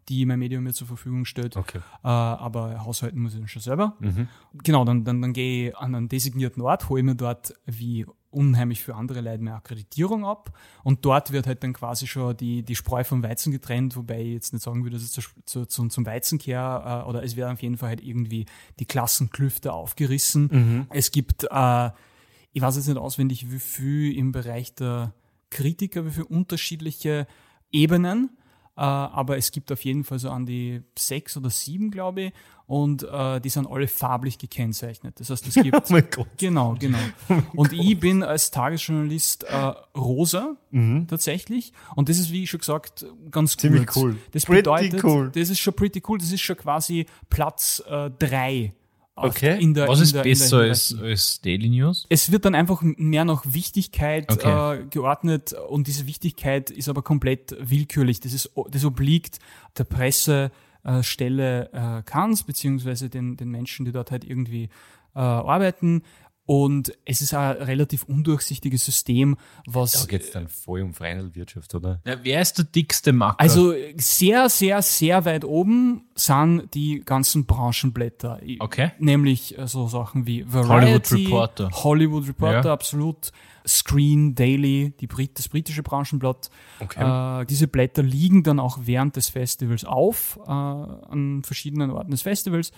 die mein Medium mir zur Verfügung stellt. Okay. Äh, aber haushalten muss ich dann schon selber. Mhm. Genau, dann, dann, dann gehe ich an einen designierten Ort, hole mir dort wie unheimlich für andere Leute meine Akkreditierung ab und dort wird halt dann quasi schon die, die Spreu vom Weizen getrennt, wobei ich jetzt nicht sagen würde, dass es zu, zu, zu, zum Weizen kehrt, äh, oder es werden auf jeden Fall halt irgendwie die Klassenklüfte aufgerissen. Mhm. Es gibt, äh, ich weiß jetzt nicht auswendig, wie viel im Bereich der Kritiker, wie viele unterschiedliche Ebenen, äh, aber es gibt auf jeden Fall so an die sechs oder sieben, glaube ich, und äh, die sind alle farblich gekennzeichnet. Das heißt, es gibt... Oh mein Gott. Genau, genau. Und ich bin als Tagesjournalist äh, rosa, Mhm. tatsächlich, und das ist, wie schon gesagt, ganz Ziemlich gut. cool. Das Pretty bedeutet, cool. das ist schon pretty cool, das ist schon quasi Platz äh, drei. auf- Okay. In der, Was in ist der, in der besser als, Hierarchie. als Daily News? Es wird dann einfach mehr nach Wichtigkeit Okay. äh, geordnet und diese Wichtigkeit ist aber komplett willkürlich. Das ist, das obliegt der Pressestelle äh, Cannes, beziehungsweise den, den Menschen, die dort halt irgendwie äh, arbeiten. Und es ist ein relativ undurchsichtiges System, was... Da geht's dann voll um Freihandelwirtschaft, oder? Ja, wer ist der dickste Macker? Also sehr, sehr, sehr weit oben sind die ganzen Branchenblätter. Okay. Nämlich äh, so Sachen wie Variety, Hollywood Reporter. Hollywood Reporter, Ja. absolut. Screen Daily, die Brit das britische Branchenblatt. Okay. Äh, diese Blätter liegen dann auch während des Festivals auf, äh, an verschiedenen Orten des Festivals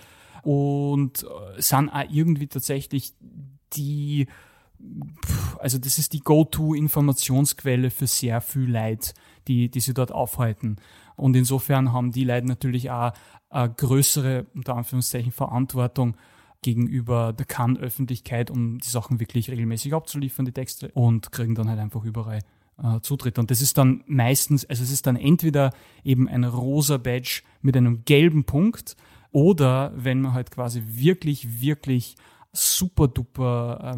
und äh, sind auch irgendwie tatsächlich die, pff, also das ist die Go-To-Informationsquelle für sehr viel Leute, die, die sich dort aufhalten. Und insofern haben die Leute natürlich auch eine größere, unter Anführungszeichen, Verantwortung gegenüber der Cannes-Öffentlichkeit, um die Sachen wirklich regelmäßig abzuliefern, die Texte, und kriegen dann halt einfach überall äh, Zutritt. Und das ist dann meistens, also es ist dann entweder eben ein rosa Badge mit einem gelben Punkt oder wenn man halt quasi wirklich, wirklich super duper, äh,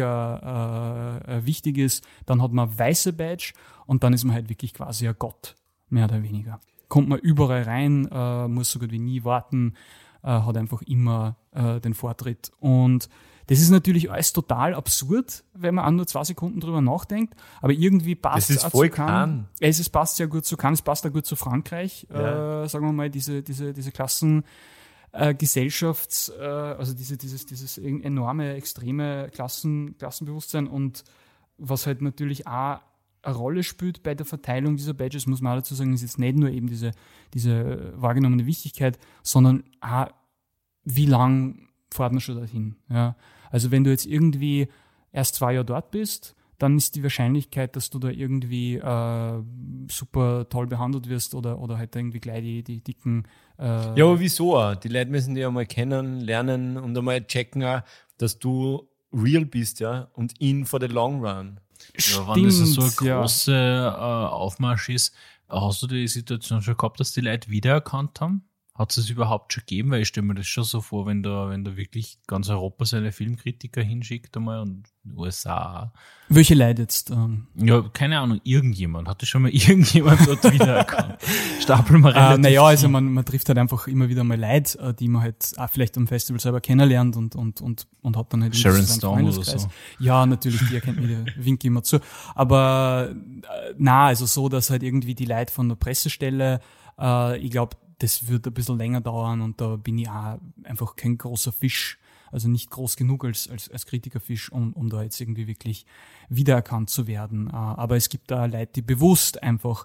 mega äh, äh, wichtig ist, dann hat man eine weiße Badge und dann ist man halt wirklich quasi ein Gott, mehr oder weniger. Kommt man überall rein, äh, muss so gut wie nie warten, äh, hat einfach immer äh, den Vortritt. Und das ist natürlich alles total absurd, wenn man auch nur zwei Sekunden drüber nachdenkt, aber irgendwie passt Das ist auch voll zu Cannes. Cannes. Es ist, passt sehr gut zu Cannes, es passt auch gut zu Frankreich, Ja. äh, sagen wir mal, diese, diese, diese Klassen, äh, Gesellschafts, äh, also diese, dieses, dieses enorme, extreme Klassen, Klassenbewusstsein, und was halt natürlich auch eine Rolle spielt bei der Verteilung dieser Badges, muss man auch dazu sagen, ist jetzt nicht nur eben diese, diese wahrgenommene Wichtigkeit, sondern auch, wie lang fährt man schon dorthin. Ja? Also wenn du jetzt irgendwie erst zwei Jahre dort bist, dann ist die Wahrscheinlichkeit, dass du da irgendwie äh, super toll behandelt wirst oder, oder halt irgendwie gleich die, die dicken... Äh, Ja, aber wieso auch? Die Leute müssen dich einmal kennen, lernen und einmal checken auch, dass du real bist, ja, und in for the long run. Ja, wenn das so ein Stimmt, ja. großer äh, Aufmarsch ist, hast du die Situation schon gehabt, dass die Leute wiedererkannt haben? Hat es überhaupt schon gegeben? Weil ich stelle mir das schon so vor, wenn da, wenn da wirklich ganz Europa seine Filmkritiker hinschickt einmal und die U S A auch. Welche Leute jetzt? Ähm, Ja, keine Ahnung, irgendjemand. Hatte schon mal irgendjemand dort wiedererkannt? Stapeln wir äh, relativ naja, also viel. man, man trifft halt einfach immer wieder mal Leute, äh, die man halt auch vielleicht am Festival selber kennenlernt und, und, und, und hat dann halt Sharon irgendwie so seinen Stone oder Freundeskreis. so. Ja, natürlich, die erkennt mich, die winke immer zu. Aber äh, na, also so, dass halt irgendwie die Leute von der Pressestelle, äh, ich glaube, das wird ein bisschen länger dauern und da bin ich auch einfach kein großer Fisch, also nicht groß genug als, als, als Kritikerfisch, um, um da jetzt irgendwie wirklich wiedererkannt zu werden. Äh, Aber es gibt da Leute, die bewusst einfach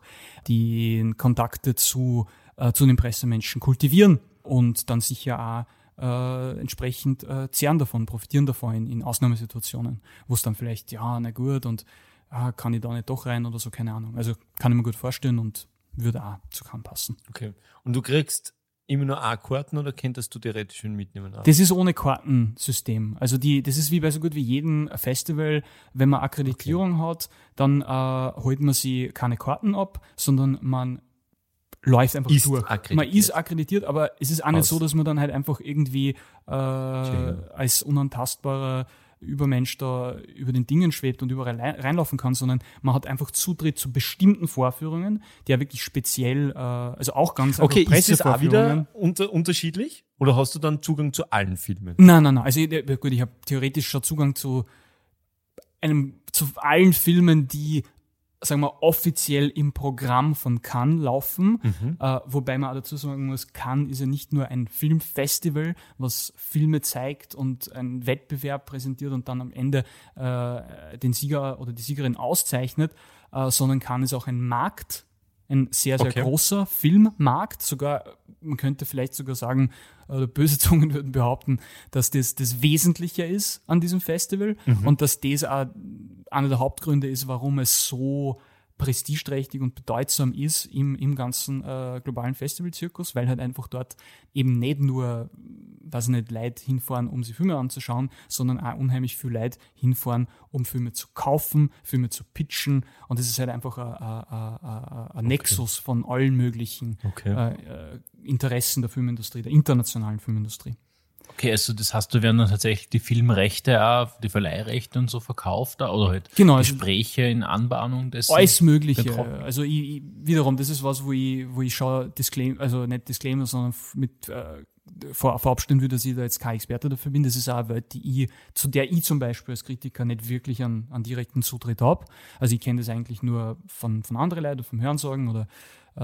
die Kontakte zu, äh, zu den Pressemenschen kultivieren und dann sicher auch äh, entsprechend äh, zehren davon, profitieren davon in, in Ausnahmesituationen, wo es dann vielleicht, ja, na gut, und ah, kann ich da nicht doch rein oder so, keine Ahnung. Also kann ich mir gut vorstellen und würde auch zu Cannes passen. Okay. Und du kriegst immer nur A-Karten oder könntest du theoretisch schon mitnehmen? Auch? Das ist ohne Kartensystem. Also die, das ist wie bei so gut wie jedem Festival, wenn man Akkreditierung hat, dann äh, holt man sie keine Karten ab, sondern man läuft einfach Ist durch. akkreditiert. Man ist akkreditiert, aber es ist auch nicht Aus. so, dass man dann halt einfach irgendwie äh, als unantastbarer Übermensch da über den Dingen schwebt und überall rein- reinlaufen kann, sondern man hat einfach Zutritt zu bestimmten Vorführungen, die ja wirklich speziell, äh, also auch ganz Okay, einfach ist das auch Pressevorführungen. wieder unter, unterschiedlich? Oder hast du dann Zugang zu allen Filmen? Nein, nein, nein. Also ich, ja, gut, ich habe theoretisch schon Zugang zu einem, zu allen Filmen, die sagen wir, offiziell im Programm von Cannes laufen, Mhm. äh, wobei man auch dazu sagen muss, Cannes ist ja nicht nur ein Filmfestival, was Filme zeigt und einen Wettbewerb präsentiert und dann am Ende äh, den Sieger oder die Siegerin auszeichnet, äh, sondern Cannes ist auch ein Markt, ein sehr, sehr Okay. großer Filmmarkt, sogar, man könnte vielleicht sogar sagen, oder böse Zungen würden behaupten, dass das das Wesentliche ist an diesem Festival und dass das auch einer der Hauptgründe ist, warum es so prestigeträchtig und bedeutsam ist im, im ganzen äh, globalen Festivalzirkus, weil halt einfach dort eben nicht nur, weiß nicht, Leute hinfahren, um sich Filme anzuschauen, sondern auch unheimlich viele Leute hinfahren, um Filme zu kaufen, Filme zu pitchen und es ist halt einfach ein, ein, ein, ein Nexus von allen möglichen Okay. äh, äh, Interessen der Filmindustrie, der internationalen Filmindustrie. Okay, also das heißt, da werden dann tatsächlich die Filmrechte auch, die Verleihrechte und so verkauft da, oder halt Genau, also Gespräche in Anbahnung des. alles Mögliche. betroffen. Also ich, ich, wiederum, das ist was, wo ich, wo ich schon Disclaimer, also nicht Disclaimer, sondern f- mit äh, vor, vorabstellen würde, dass ich da jetzt kein Experte dafür bin. Das ist auch eine Welt, die ich, zu der ich zum Beispiel als Kritiker nicht wirklich an, an direkten Zutritt habe. Also ich kenne das eigentlich nur von, von anderen Leuten, vom Hörensagen oder äh,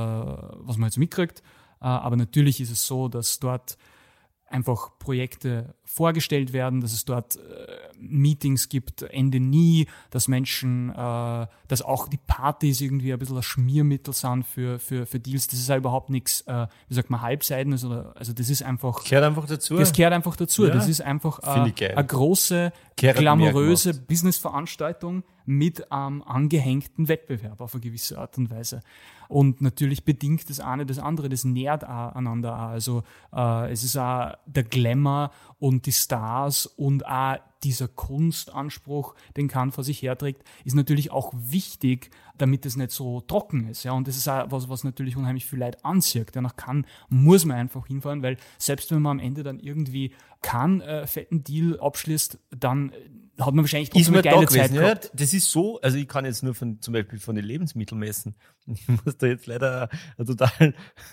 was man jetzt mitkriegt. Äh, aber natürlich ist es so, dass dort einfach Projekte vorgestellt werden, dass es dort äh, Meetings gibt, Ende nie, dass Menschen, äh, dass auch die Partys irgendwie ein bisschen ein Schmiermittel sind für, für, für Deals. Das ist ja überhaupt nichts, äh, wie sagt man, Halbseitenes oder, also das ist einfach, Gehört einfach dazu. das gehört einfach dazu. Ja. Das ist einfach Find äh, ich geil. eine große, Gehört glamouröse mehr gemacht. Businessveranstaltung mit einem angehängten Wettbewerb auf eine gewisse Art und Weise. Und natürlich bedingt das eine das andere, das nährt auch einander auch. Also äh, es ist auch der Glamour und die Stars und auch dieser Kunstanspruch, den Cannes vor sich herträgt, ist natürlich auch wichtig, damit es nicht so trocken ist. Ja? Und das ist auch was, was natürlich unheimlich viel Leute anzieht. Ja, nach Cannes muss man einfach hinfahren, weil selbst wenn man am Ende dann irgendwie keinen äh, fetten Deal abschließt, dann äh, hat man wahrscheinlich Ist trotzdem mir eine da geile gewesen, Zeit ja? gehabt. Das ist so, also ich kann jetzt nur von, zum Beispiel von den Lebensmitteln messen. Ich muss da jetzt leider eine total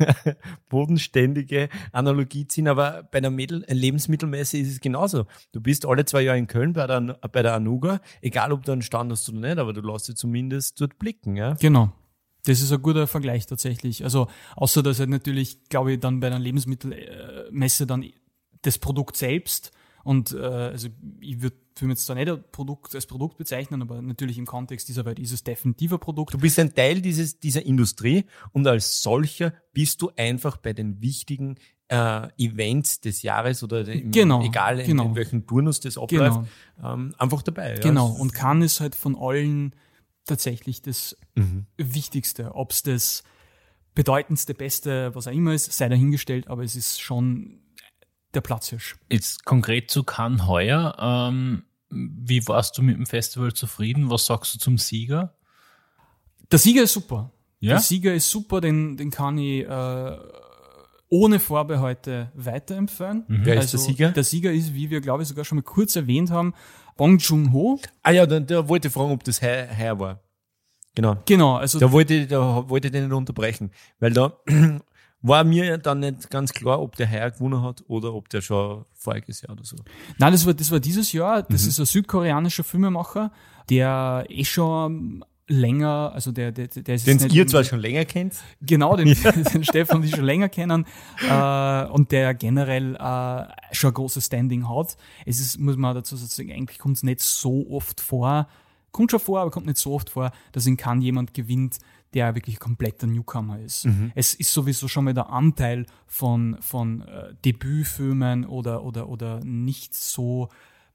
bodenständige Analogie ziehen, aber bei einer Mädel, Lebensmittelmesse ist es genauso. Du bist alle zwei Jahre in Köln bei der, bei der Anuga, egal ob du einen Stand hast oder nicht, aber du lässt dich zumindest dort blicken. Ja? Genau. Das ist ein guter Vergleich tatsächlich. Also außer dass halt natürlich, glaube ich, dann bei einer Lebensmittelmesse dann das Produkt selbst und äh, also ich würde für mich jetzt da nicht ein Produkt als Produkt bezeichnen, aber natürlich im Kontext dieser Welt ist es definitiv ein Produkt. Du bist ein Teil dieses, dieser Industrie und als solcher bist du einfach bei den wichtigen äh, Events des Jahres oder im, Genau, egal in, genau. in welchem Turnus das abläuft, ähm, einfach dabei. Genau. Ja. Und Cannes ist halt von allen tatsächlich das Mhm. Wichtigste. Ob es das bedeutendste, beste, was auch immer ist, sei dahingestellt, aber es ist schon der Platzhirsch. Jetzt konkret zu Cannes heuer, ähm, wie warst du mit dem Festival zufrieden? Was sagst du zum Sieger? Der Sieger ist super. Ja? Der Sieger ist super, den, den kann ich äh, ohne Vorbehalte weiterempfehlen. Mhm. Wer ist der Sieger? Der Sieger ist, wie wir, glaube ich, sogar schon mal kurz erwähnt haben, Bong Joon-ho. Ah ja, da, da wollte ich fragen, ob das her, her war. Genau. Genau, also Da wollte ich, da wollte ich den nicht unterbrechen, weil da war mir dann nicht ganz klar, ob der heuer gewonnen hat oder ob der schon voriges Jahr oder so. nein, das war, das war dieses Jahr. Das Mhm. ist ein südkoreanischer Filmemacher, der eh schon länger, also der, der, der ist Den jetzt nicht- ihr zwar schon länger kennt. Genau, den, den Stefan, die schon länger kennen, äh, und der generell äh, schon ein großes Standing hat. Es ist, muss man dazu sagen, eigentlich kommt es nicht so oft vor, kommt schon vor, aber kommt nicht so oft vor, dass in Cannes jemand gewinnt, der wirklich ein kompletter Newcomer ist. Es ist sowieso schon mal der Anteil von, von äh, Debütfilmen oder, oder, oder nicht so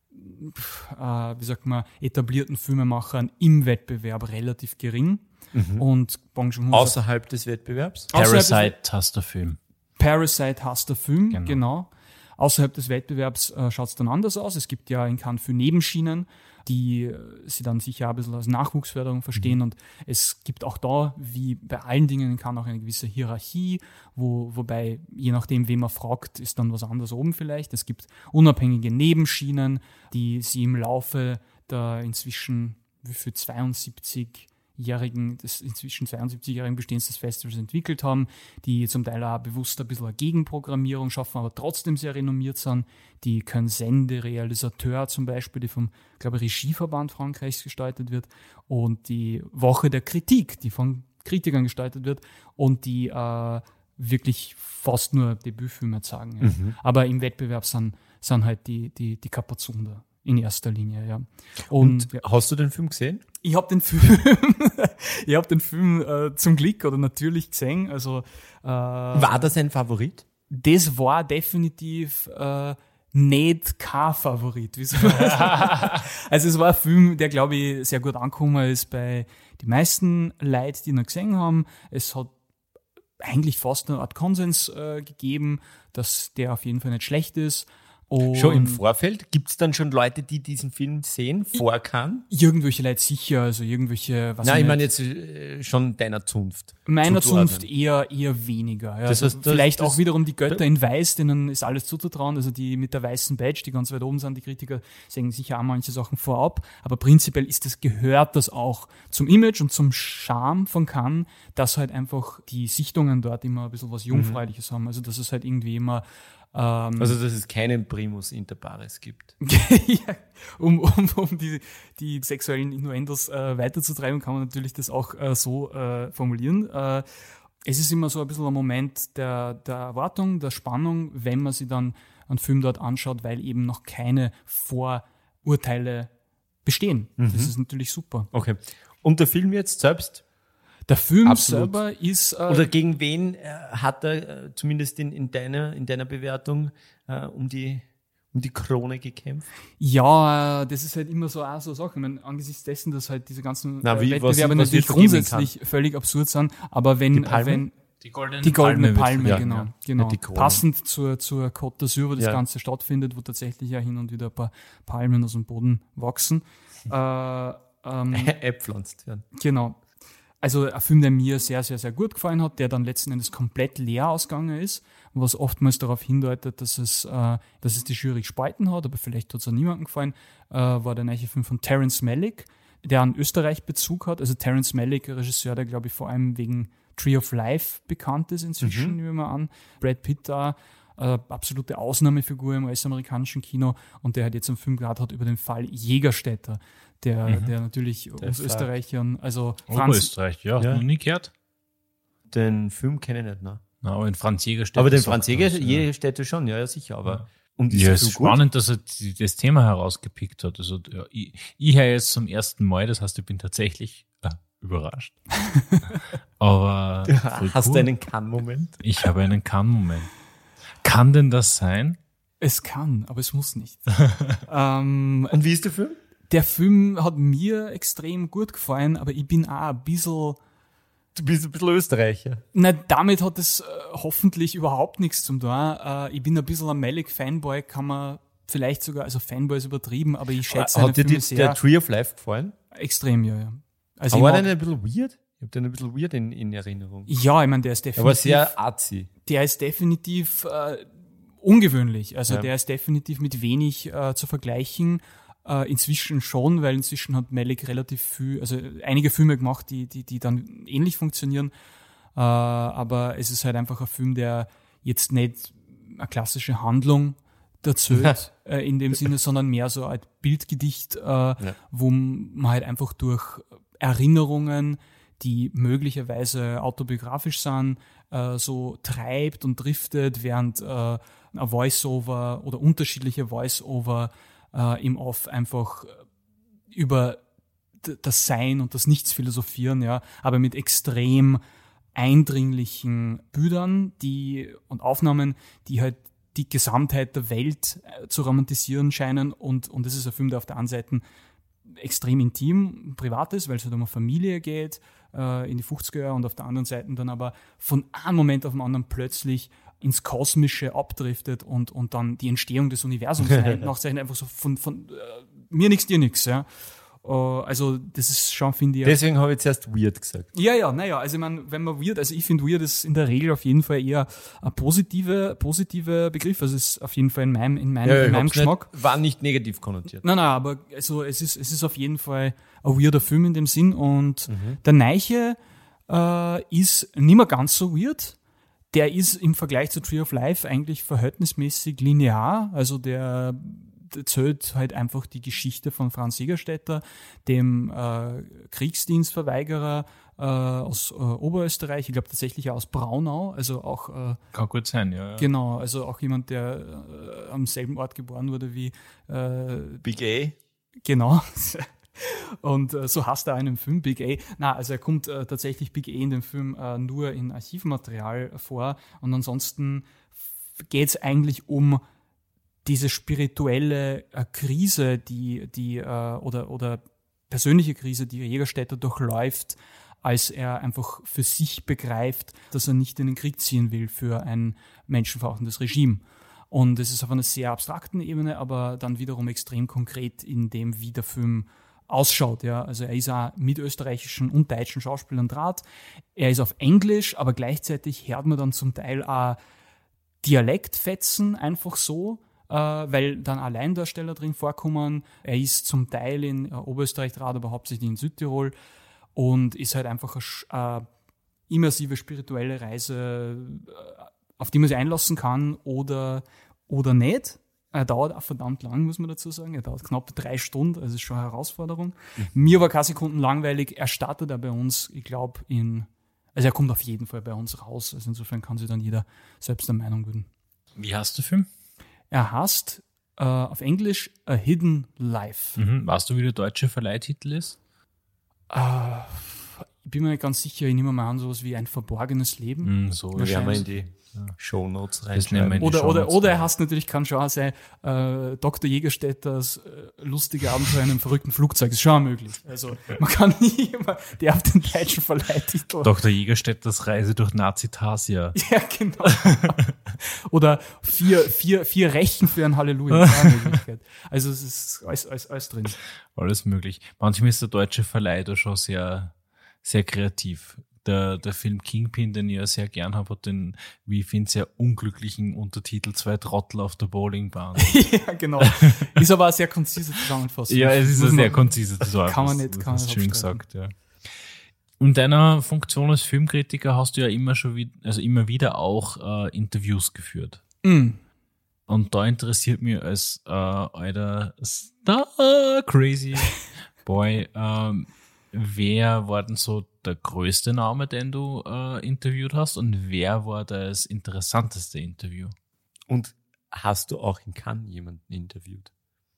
äh, wie sagt man, etablierten Filmemachern im Wettbewerb relativ gering. Und Bong Joon-ho sagt- Außerhalb des Wettbewerbs. Außerhalb des Parasite hast der Film. Parasite heißt der Film, Genau. genau. Außerhalb des Wettbewerbs äh, schaut es dann anders aus. Es gibt ja in Cannes für Nebenschienen, die äh, sie dann sicher ein bisschen als Nachwuchsförderung verstehen. Und es gibt auch da, wie bei allen Dingen in Cannes, auch eine gewisse Hierarchie, wo, wobei, je nachdem, wen man fragt, ist dann was anderes oben vielleicht. Es gibt unabhängige Nebenschienen, die sie im Laufe der inzwischen wie viel zweiundsiebzig jährigen, des inzwischen zweiundsiebzigjährigen Bestehens des Festivals entwickelt haben, die zum Teil auch bewusst ein bisschen eine Gegenprogrammierung schaffen, aber trotzdem sehr renommiert sind. Die können Sende, Realisateur zum Beispiel, die vom, glaube ich, Regieverband Frankreichs gestaltet wird, und die Woche der Kritik, die von Kritikern gestaltet wird und die äh, wirklich fast nur Debütfilme zeigen. Ja. Mhm. Aber im Wettbewerb sind, sind halt die, die, die Kapazunder in erster Linie, ja. Und, und ja. Hast du den Film gesehen? Ich habe den Film, ich habe den Film äh, zum Glück oder natürlich gesehen. Also äh, war das ein Favorit? Das war definitiv äh, nicht kein Favorit. Wie soll man sagen? Also es war ein Film, der, glaube ich, sehr gut angekommen ist bei den meisten Leuten, die ihn gesehen haben. Es hat eigentlich fast eine Art Konsens äh, gegeben, dass der auf jeden Fall nicht schlecht ist. Und schon im Vorfeld? Gibt es dann schon Leute, die diesen Film sehen, vor Cannes? Irgendwelche Leute sicher, also irgendwelche... Was Nein, ich meine jetzt äh, schon deiner Zunft. Meiner Zunft eher eher weniger. Ja. Das heißt, also vielleicht das, auch wiederum die Götter in Weiß, denen ist alles zuzutrauen, also die mit der weißen Badge, die ganz weit oben sind, die Kritiker sehen sicher auch manche Sachen vorab, aber prinzipiell ist das, gehört das auch zum Image und zum Charme von Cannes, dass halt einfach die Sichtungen dort immer ein bisschen was Jungfräuliches mhm. haben, also dass es halt irgendwie immer Ähm, also, dass es keinen Primus inter pares gibt. Ja, um, um, um die, die sexuellen Innuendos äh, weiterzutreiben, kann man natürlich das auch äh, so äh, formulieren. Äh, es ist immer so ein bisschen ein Moment der, der Erwartung, der Spannung, wenn man sich dann einen Film dort anschaut, weil eben noch keine Vorurteile bestehen. Mhm. Das ist natürlich super. Okay. Und der Film jetzt selbst? Der Film Absolut. selber ist... Äh, Oder gegen wen äh, hat er äh, zumindest in, in, deiner, in deiner Bewertung äh, um, die, um die Krone gekämpft? Ja, äh, das ist halt immer so auch so eine Sache. Ich meine, angesichts dessen, dass halt diese ganzen Na, wie, äh, Wettbewerbe was, was natürlich grundsätzlich völlig absurd sind, aber wenn... Die Palme? Äh, wenn die goldene, die goldene Palme, Palme, ja, genau. ja. genau. Ja, passend zur, zur Côte d'Azur, wo das ja. Ganze stattfindet, wo tatsächlich ja hin und wieder ein paar Palmen aus dem Boden wachsen. äh, ähm, Äpflanzt werden. Genau. Also ein Film, der mir sehr, sehr, sehr gut gefallen hat, der dann letzten Endes komplett leer ausgegangen ist, was oftmals darauf hindeutet, dass es, äh, dass es die Jury gespalten hat, aber vielleicht hat es auch niemandem gefallen, äh, war der neue Film von Terrence Malick, der an Österreich Bezug hat. Also Terrence Malick, ein Regisseur, der, glaube ich, vor allem wegen Tree of Life bekannt ist inzwischen, mhm. nehmen wir mal an. Brad Pitt da, äh, absolute Ausnahmefigur im U S-amerikanischen Kino, und der hat jetzt einen Film gerade hat über den Fall Jägerstätter, der, mhm. der natürlich der aus Österreichern, also Franz... Österreich, ja, ja. Noch nie gehört. Den Film kenne ich nicht, ne? Na, aber in Franz Jägerstätter... Aber den Franz Jägerstätter schon, ja, ja, sicher, aber... Ja. Und ja, es ist so spannend, dass er das Thema herausgepickt hat. Also ja, ich, ich höre jetzt zum ersten Mal, das heißt, ich bin tatsächlich äh, überrascht. Aber hast cool. du einen Kann-Moment? Ich habe einen Kann-Moment. Kann denn das sein? Es kann, aber es muss nicht. ähm, Und wie ist der Film? Der Film hat mir extrem gut gefallen, aber ich bin auch ein bisschen... Du bist ein bisschen Österreicher. Na, damit hat es äh, hoffentlich überhaupt nichts zu tun. Äh, ich bin ein bisschen ein Malick-Fanboy, kann man vielleicht sogar, also Fanboy ist übertrieben, aber ich schätze Hat dir die, der Tree of Life gefallen? Extrem, ja, ja. Also aber war der nicht ein bisschen weird? Ich habe den ein bisschen weird in, in Erinnerung. Ja, ich meine, der ist definitiv... Aber sehr arzi. Der ist definitiv äh, ungewöhnlich. Also ja. der ist definitiv mit wenig äh, zu vergleichen. Äh, inzwischen schon, weil inzwischen hat Malick relativ viel, also einige Filme gemacht, die, die, die dann ähnlich funktionieren. Äh, aber es ist halt einfach ein Film, der jetzt nicht eine klassische Handlung erzählt, äh, in dem Sinne, sondern mehr so ein Bildgedicht, äh, ja. wo man halt einfach durch Erinnerungen, die möglicherweise autobiografisch sind, äh, so treibt und driftet, während äh, ein Voice-Over oder unterschiedliche Voice-Over äh, im Off einfach über d- das Sein und das Nichts philosophieren, ja, aber mit extrem eindringlichen Bildern, die und Aufnahmen, die halt die Gesamtheit der Welt äh, zu romantisieren scheinen, und und es ist ein Film, der auf der einen Seite extrem intim, privat ist, weil es halt um eine Familie geht, äh, in die fünfziger Jahre, und auf der anderen Seite dann aber von einem Moment auf den anderen plötzlich ins Kosmische abdriftet und, und dann die Entstehung des Universums nachzeichnet, einfach so von, von äh, mir nix, dir nix, ja. Uh, also das ist schon, finde ich... Deswegen habe ich zuerst weird gesagt. Ja, ja, naja, also ich meine, wenn man weird, also ich finde weird ist in der Regel auf jeden Fall eher ein positive, positive Begriff, also es ist auf jeden Fall in meinem, in meinem, Ja, in meinem Geschmack. Nicht, war nicht negativ konnotiert. Nein, nein, aber also es ist, es ist auf jeden Fall ein weirder Film in dem Sinn und Mhm. der Neiche äh, ist nicht mehr ganz so weird. Der ist im Vergleich zu Tree of Life eigentlich verhältnismäßig linear, also der erzählt halt einfach die Geschichte von Franz Jägerstätter, dem äh, Kriegsdienstverweigerer äh, aus äh, Oberösterreich, ich glaube tatsächlich aus Braunau, also auch äh, Kann gut sein, ja. ja. genau, also auch jemand, der äh, am selben Ort geboren wurde wie äh, Big A. genau. Und äh, so hasst er einen Film, Big A. Na, also er kommt äh, tatsächlich Big A in dem Film äh, nur in Archivmaterial vor und ansonsten geht es eigentlich um diese spirituelle äh, Krise, die, die äh, oder, oder persönliche Krise, die Jägerstätter durchläuft, als er einfach für sich begreift, dass er nicht in den Krieg ziehen will für ein menschenverachtendes Regime. Und es ist auf einer sehr abstrakten Ebene, aber dann wiederum extrem konkret in dem, wie der Film ausschaut. Ja. Also er ist auch mit österreichischen und deutschen Schauspielern draht. Er ist auf Englisch, aber gleichzeitig hört man dann zum Teil auch Dialektfetzen einfach so, äh, weil dann Alleindarsteller drin vorkommen. Er ist zum Teil in äh, Oberösterreich draht, aber hauptsächlich in Südtirol und ist halt einfach eine äh, immersive spirituelle Reise, äh, auf die man sich einlassen kann oder, oder nicht. Er dauert auch verdammt lang, muss man dazu sagen. Er dauert knapp drei Stunden, also ist schon eine Herausforderung. Mhm. Mir war keine Sekunden langweilig. Er startet er bei uns, ich glaube, in, also er kommt auf jeden Fall bei uns raus. Also insofern kann sich dann jeder selbst eine Meinung bilden. Wie heißt der Film? Er heißt äh, auf Englisch A Hidden Life. Mhm. Weißt du, wie der deutsche Verleihtitel ist? Äh, ich bin mir nicht ganz sicher, ich nehme mal an, sowas wie ein verborgenes Leben. Mhm, so Wir werden wir in die ja. Shownotes reinschreiben. Oder, oder, oder er heißt natürlich, kann schon auch sein, äh, Doktor Jägerstätters äh, lustige Abenteuer in einem verrückten Flugzeug. Ist schon auch möglich. Also man kann nie immer, der hat den deutschen Verleihtitel. Doktor Jägerstätters Reise durch Nazi-Tasia. Ja, genau. Oder vier, vier, vier Rechen für ein Halleluja. Das ist auch eine Möglichkeit. Also es ist alles, alles, alles drin. Alles möglich. Manchmal ist der deutsche Verleih da schon sehr, sehr kreativ. Der, der Film Kingpin, den ich ja sehr gern habe, hat den, wie ich finde, sehr unglücklichen Untertitel Zwei Trottel auf der Bowlingbahn. Ja, genau. Ist aber eine sehr konzise Zusammenfassung. Ja, es ist eine sehr konzise Zusammenfassung. Kann man nicht, kann man nicht schön gesagt, ja. In deiner Funktion als Filmkritiker hast du ja immer schon wieder, also immer wieder auch äh, Interviews geführt. Mm. Und da interessiert mich als äh, alter Star Crazy Boy, ähm, wer war denn so der größte Name, den du äh, interviewt hast und wer war das interessanteste Interview? Und hast du auch in Cannes jemanden interviewt?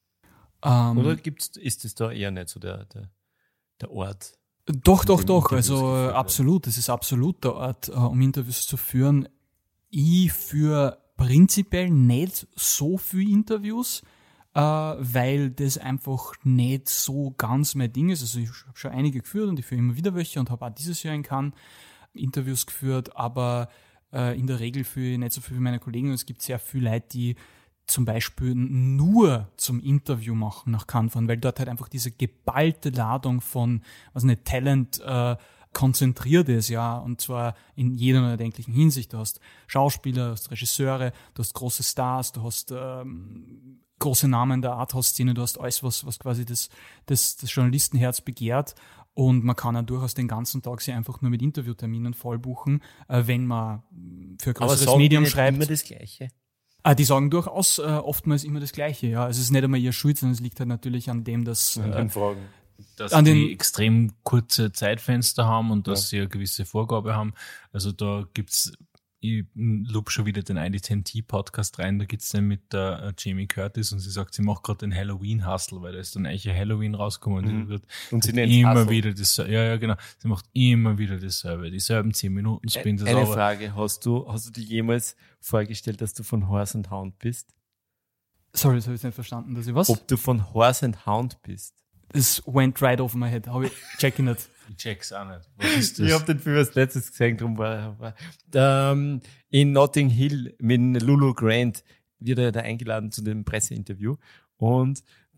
Um, Oder gibt's, ist es da eher nicht so der, der, der Ort? Doch, doch, doch. Also absolut. Es ist absolut der Ort, äh, um Interviews zu führen. Ich führe prinzipiell nicht so viele Interviews, äh, weil das einfach nicht so ganz mein Ding ist. Also ich habe schon einige geführt und ich führe immer wieder welche und habe auch dieses Jahr in Cannes Interviews geführt, aber äh, in der Regel führe ich nicht so viel wie meine Kollegen und es gibt sehr viele Leute, die zum Beispiel nur zum Interview machen nach Cannes fahren, weil dort halt einfach diese geballte Ladung von, was nicht, Talent äh, konzentriert ist, ja, und zwar in jeder erdenklichen Hinsicht. Du hast Schauspieler, du hast Regisseure, du hast große Stars, du hast ähm, große Namen der Arthouse-Szene, du hast alles, was, was quasi das, das, das Journalistenherz begehrt. Und man kann ja durchaus den ganzen Tag sich einfach nur mit Interviewterminen vollbuchen, äh, wenn man für ein größeres Medium schreibt. Immer das Gleiche. Ah, die sagen durchaus äh, oftmals immer das Gleiche, ja. Also es ist nicht einmal ihr Schuld, sondern es liegt halt natürlich an dem, dass An den Fragen. Dass An die den- extrem kurze Zeitfenster haben und dass Ja. sie eine gewisse Vorgabe haben. Also da gibt's, ich lob schon wieder den I D zehn T Podcast rein, da gibt's den mit der äh, Jamie Curtis und sie sagt, sie macht gerade den Halloween-Hustle, weil da ist dann eigentlich ein Halloween rausgekommen und Mhm. die wird Und sie wird nennt's immer Hustle. wieder dasselbe. Ja, ja, genau. Sie macht immer wieder dasselbe. Dieselben zehn Minuten spinnt es Eine aber. Frage, hast du, hast du dir jemals vorgestellt, dass du von Horse and Hound bist? Sorry, das habe ich nicht verstanden, dass ich was? Ob du von Horse and Hound bist? Das went right over my head. Habe ich check ich nicht. Ich check's auch nicht. Was ist das? Ich habe den Film als letztes gesehen, drum war, war ähm, in Notting Hill mit Lulu Grant wird er da eingeladen zu dem Presseinterview und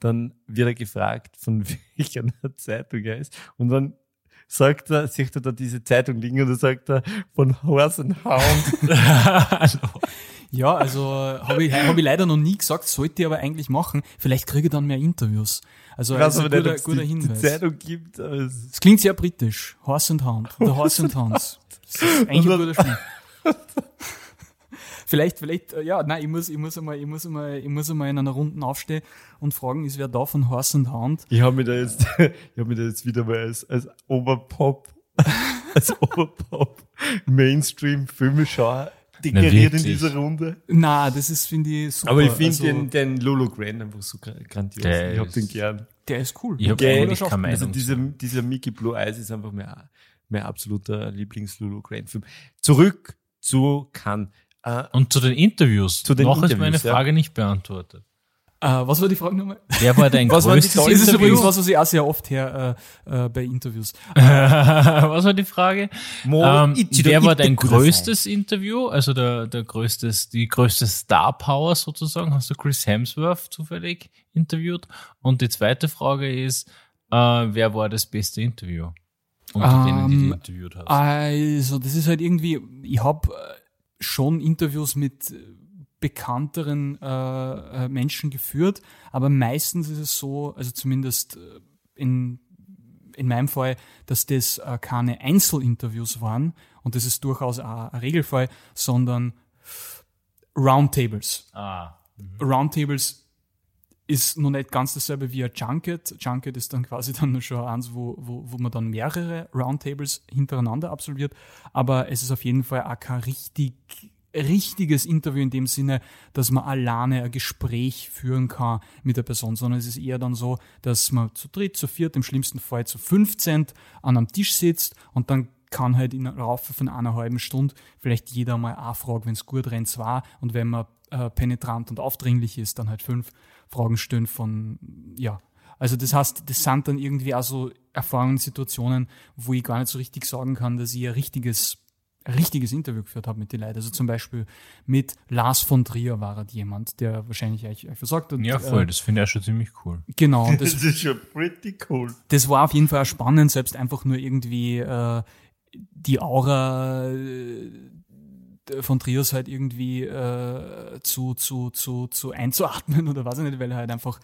dann wird er gefragt, von welcher Zeitung er ist. Und dann sagt er, sieht er da diese Zeitung liegen und dann sagt er, von Horse and Hound. Ja, also habe ich, hab ich leider noch nie gesagt, sollte ich aber eigentlich machen. Vielleicht kriege ich dann mehr Interviews. Also, Ich weiß also aber guter, nicht, ob guter es die, die Hinweis. Zeitung gibt. Aber es Es klingt sehr britisch. Horse and Hound. Oder Horse and Hounds. Das ist eigentlich ein guter Spiel. Vielleicht, vielleicht, äh, ja, nein, ich muss, ich muss einmal, ich muss einmal, ich muss einmal in einer Runde aufstehen und fragen, ist wer da von Horse and Hound? Ich habe mich da jetzt, ich habe mich da jetzt wieder mal als, als Oberpop, als Oberpop Mainstream-Filmeschauer deklariert in wirklich? dieser Runde. Na, das ist, finde ich, super. Aber ich finde also, den, den Lolo Grant einfach so gra- grandios. Der Ich hab ist- den gern. der ist cool. Ich hab Gell, eigentlich keine Also Meinung. dieser, dieser Mickey Blue Eyes ist einfach mein, mein absoluter Lieblings-Lolo Grant-Film. Zurück zu Cannes. Äh, Und zu den Interviews. Zu den Noch ist meine Interviews, ja. Frage nicht beantwortet. Äh, was war die Frage nochmal? Wer war dein Was waren die größtes tollen Das ist Interview? übrigens was, was ich auch sehr oft her äh, äh, bei Interviews. Was war die Frage? Mo Ähm, Ichido wer war Ite dein Kudasai. größtes Interview? Also der, der größtes, die größte Star Power sozusagen? Hast du Chris Hemsworth zufällig interviewt? Und die zweite Frage ist, äh, wer war das beste Interview? Unter denen, die du Ähm, interviewt hast. Also, das ist halt irgendwie, ich habe schon Interviews mit bekannteren äh, äh, Menschen geführt, aber meistens ist es so, also zumindest äh, in, in meinem Fall, dass das äh, keine Einzelinterviews waren und das ist durchaus auch ein Regelfall, sondern Roundtables. ah. Roundtables ist noch nicht ganz dasselbe wie ein Junket. Junket ist dann quasi dann schon eins, wo, wo, wo man dann mehrere Roundtables hintereinander absolviert. Aber es ist auf jeden Fall auch kein richtig, richtiges Interview in dem Sinne, dass man alleine ein Gespräch führen kann mit der Person, sondern es ist eher dann so, dass man zu dritt, zu viert, im schlimmsten Fall zu fünfzehn an einem Tisch sitzt und dann kann halt in der Laufe von einer halben Stunde vielleicht jeder mal eine Frage, wenn es gut rennt, zwei und wenn man äh, penetrant und aufdringlich ist, dann halt fünf Fragen stellen von, ja. Also das heißt, das sind dann irgendwie auch so Erfahrungen, Situationen, wo ich gar nicht so richtig sagen kann, dass ich ein richtiges, ein richtiges Interview geführt habe mit den Leuten. Also zum Beispiel mit Lars von Trier war halt jemand, der wahrscheinlich euch, euch versagt hat. Ja, voll, Äh, das finde ich auch schon ziemlich cool. genau, und das Das ist schon pretty cool. das war auf jeden Fall auch spannend, selbst einfach nur irgendwie äh, die Aura äh, von Trios halt irgendwie äh, zu, zu, zu, zu einzuatmen oder weiß ich nicht, weil er halt einfach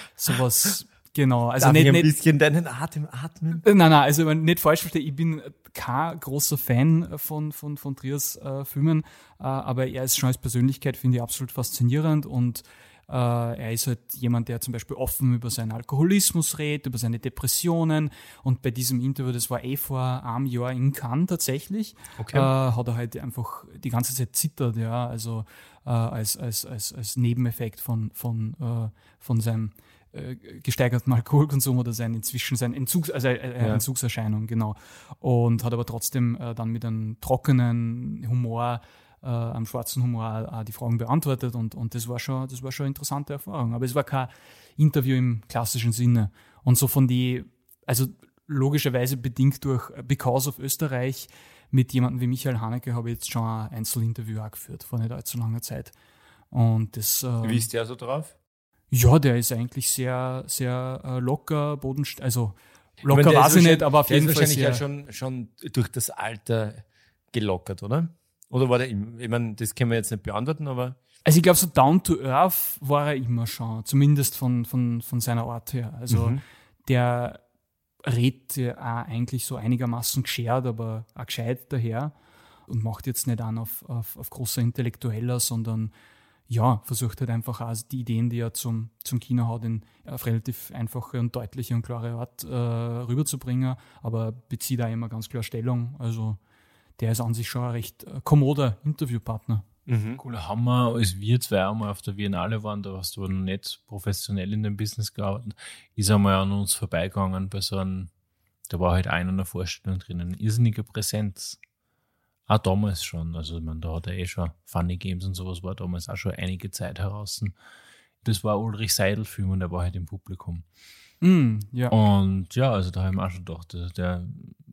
sowas, genau, also Darf nicht, ich ein nicht, bisschen deinen Atem atmen? Nein, nein, also wenn nicht falsch verstehe, ich bin kein großer Fan von, von, von Triers äh, Filmen, äh, aber er ist schon als Persönlichkeit, finde ich, absolut faszinierend und äh, er ist halt jemand, der zum Beispiel offen über seinen Alkoholismus redet, über seine Depressionen und bei diesem Interview, das war eh vor einem Jahr in Cannes tatsächlich, Okay. äh, hat er halt einfach die ganze Zeit zittert, ja, also äh, als, als, als, als Nebeneffekt von, von, äh, von seinem äh, gesteigerten Alkoholkonsum oder sein inzwischen sein Entzugs, also äh, Ja. Entzugserscheinung, genau. Und hat aber trotzdem äh, dann mit einem trockenen Humor, äh, einem schwarzen Humor auch die Fragen beantwortet und, und das war schon, das war schon eine interessante Erfahrung. Aber es war kein Interview im klassischen Sinne. Und so von die, also logischerweise bedingt durch Because of Österreich mit jemandem wie Michael Haneke habe ich jetzt schon ein Einzelinterview auch geführt, vor nicht allzu langer Zeit. Und das, äh, Wie ist der so drauf? ja, der ist eigentlich sehr, sehr äh, locker, bodenständig, also locker meine, der weiß ist ich wahrscheinlich- nicht, aber auf der jeden ist Fall wahrscheinlich sehr, ja schon, schon durch das Alter gelockert, oder? Oder war der immer? Ich meine, das können wir jetzt nicht beantworten, aber also ich glaube, so down to earth war er immer schon, zumindest von, von, von seiner Art her. Also Mhm. der redet ja auch eigentlich so einigermaßen geschert, aber auch gescheit daher und macht jetzt nicht an auf, auf, auf großer Intellektueller, sondern ja, versucht halt einfach auch die Ideen, die er zum, zum Kino hat, in, auf relativ einfache und deutliche und klare Art äh, rüberzubringen, aber bezieht auch immer ganz klar Stellung. Also der ist an sich schon ein recht äh, kommoder Interviewpartner. Cool, haben wir, als wir zwei einmal auf der Biennale waren, da hast du aber noch nicht professionell in dem Business gearbeitet, ist einmal an uns vorbeigegangen bei so einem, da war halt einer in der Vorstellung drinnen, irrsinnige Präsenz. Auch damals schon, also ich meine, da hat er eh schon Funny Games und sowas, war damals auch schon einige Zeit heraus. Das war Ulrich Seidel-Film und er war halt im Publikum. Mm, ja. Und ja, also da habe ich mir auch schon gedacht, der, der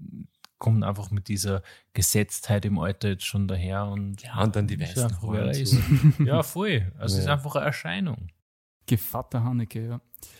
kommt einfach mit dieser Gesetztheit im Alter jetzt schon daher und ja, und dann die ist weißen einfach, wer er Haare. ist. So. Ja, voll. Also es ist Ja. einfach eine Erscheinung. Gevatter Haneke, ja.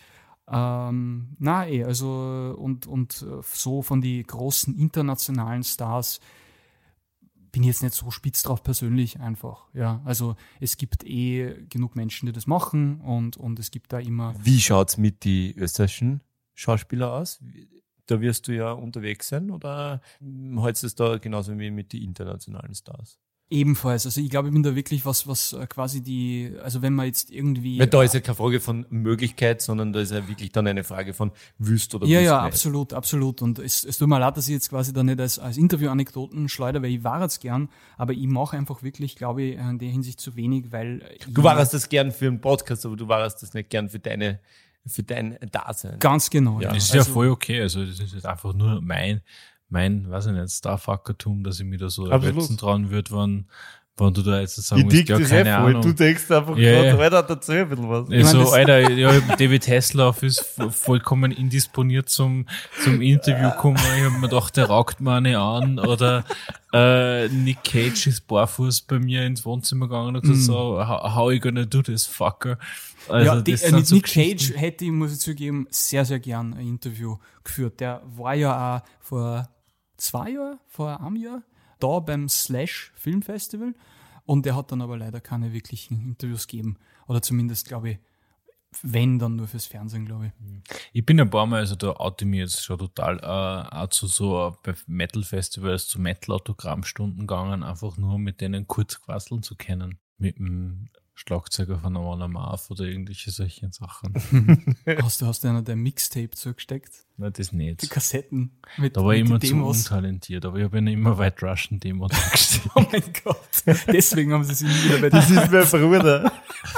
Ähm, na eh, also und, und so von die großen internationalen Stars bin ich jetzt nicht so spitz drauf persönlich einfach. Ja, also es gibt eh genug Menschen, die das machen und, und es gibt da immer. Wie schaut's mit die österreichischen Schauspieler aus? Da wirst du ja unterwegs sein oder hältst du es da genauso wie mit den internationalen Stars? Ebenfalls, also ich glaube, ich bin da wirklich was, was quasi die, also wenn man jetzt irgendwie... Weil da ist ja keine Frage von Möglichkeit, sondern da ist ja wirklich dann eine Frage von wüsst oder Ja, wüsst ja, nicht. absolut, absolut. Und es, es tut mir leid, dass ich jetzt quasi da nicht als, als Interview-Anekdoten schleudere, weil ich war jetzt gern, aber ich mache einfach wirklich, glaube ich, in der Hinsicht zu wenig, weil... Du warst das gern für einen Podcast, aber du warst das nicht gern für deine, für dein Dasein. Ganz genau, Ja. ja. Das ist Also- ja voll okay. Also das ist jetzt einfach nur mein, mein, weiß ich nicht, Starfuckertum, dass ich mir da so Absolut. erwetzen trauen würde, wenn, wenn du da jetzt sagen Ich musst, dick ja, das eh keine voll. Ahnung. Du denkst einfach Ja, gerade, ja. Alter, erzähl ein bisschen was. Ja, Ich mein, so, das- Alter, ja, David Hasselhoff ist vo- vollkommen indisponiert zum, zum Interview gekommen. Ich hab mir gedacht, der raucht mir eine an. Oder äh, Nick Cage ist barfuß bei mir ins Wohnzimmer gegangen und gesagt, so, how, how you gonna do this, fucker? Also, ja, die, das äh, sind mit so Nick Geschichten. Cage hätte ich, muss ich zugeben, sehr, sehr gern ein Interview geführt. Der war ja auch vor zwei Jahren, vor einem Jahr, da beim Slash Filmfestival und der hat dann aber leider keine wirklichen Interviews gegeben. Oder zumindest, glaube ich, wenn, dann nur fürs Fernsehen, glaube ich. Ich bin ein paar Mal, also da oute ich mich jetzt schon total, äh, auch zu so äh, bei Metal-Festivals, zu Metal-Autogrammstunden gegangen, einfach nur um mit denen kurz quasseln zu können. Mit dem Schlagzeuger von Amon Marv oder irgendwelche solchen Sachen. Hast du, hast du einer der Mixtape zugesteckt? Nein, das Die nicht. Kassetten mit, Da war ich mit immer den zu Demos. untalentiert, aber ich habe eine immer White Russian Demo gestellt. Oh mein Gott. Deswegen haben sie sich nie wieder bei Das dir. ist mein Bruder.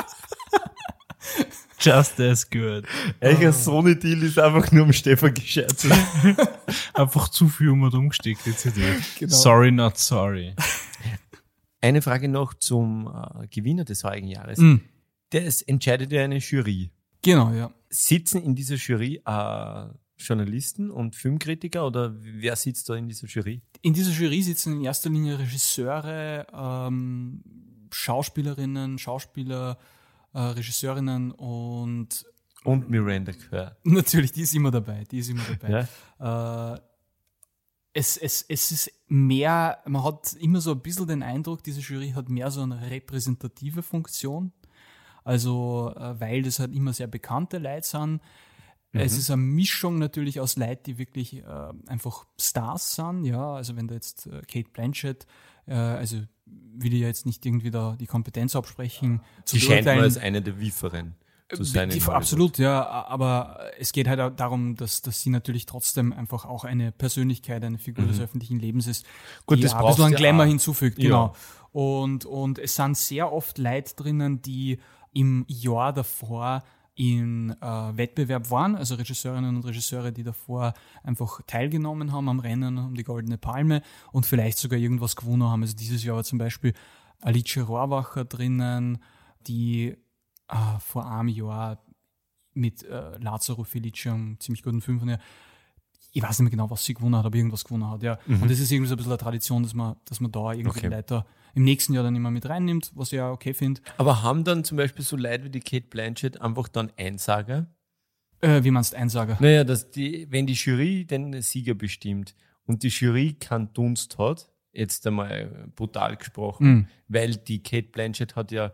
Just as good. Eigentlich ein Sony-Deal ist einfach nur um Stefan gescheitert. Einfach zu viel um und umgesteckt, die C D. Genau. Sorry, not sorry. Eine Frage noch zum äh, Gewinner des heurigen Jahres. Mhm. Das entscheidet ja eine Jury. Genau, ja. Sitzen in dieser Jury äh, Journalisten und Filmkritiker oder wer sitzt da in dieser Jury? In dieser Jury sitzen in erster Linie Regisseure, ähm, Schauspielerinnen, Schauspieler, äh, Regisseurinnen und Und Miranda Kerr. natürlich, die ist immer dabei, die ist immer dabei. Ja? Äh, es, es, es ist mehr, man hat immer so ein bisschen den Eindruck, diese Jury hat mehr so eine repräsentative Funktion. Also, äh, weil das halt immer sehr bekannte Leute sind. Es ist eine Mischung natürlich aus Leuten, die wirklich äh, einfach Stars sind. Ja, also wenn da jetzt äh, Kate Blanchett, äh, also will ich ja jetzt nicht irgendwie da die Kompetenz absprechen. zu Sie scheint mir beurteilen. als eine der Wieferen zu sein. Die, in Hollywood. absolut, ja, aber es geht halt auch darum, dass, dass sie natürlich trotzdem einfach auch eine Persönlichkeit, eine Figur des öffentlichen Lebens ist, Gut, die das auch ein brauchst bisschen einen du Glamour auch. hinzufügt, Ja. genau. Und, und es sind sehr oft Leute drinnen, die im Jahr davor in äh, Wettbewerb waren, also Regisseurinnen und Regisseure, die davor einfach teilgenommen haben am Rennen um die Goldene Palme und vielleicht sogar irgendwas gewonnen haben. Also dieses Jahr war zum Beispiel Alice Rohrwacher drinnen, die äh, vor einem Jahr mit äh, Lazaro Felice, einem ziemlich guten Film von ihr, ich weiß nicht mehr genau, was sie gewonnen hat, aber irgendwas gewonnen hat, ja. Mhm. Und das ist irgendwie so ein bisschen eine Tradition, dass man, dass man da irgendwie Okay. die Leute im nächsten Jahr dann immer mit reinnimmt, was ich ja okay finde. Aber haben dann zum Beispiel so Leute wie die Kate Blanchett einfach dann Einsager? Äh, wie meinst du, Einsager? Naja, dass die, wenn die Jury den Sieger bestimmt und die Jury keinen Dunst hat, jetzt einmal brutal gesprochen, Mhm. weil die Kate Blanchett hat ja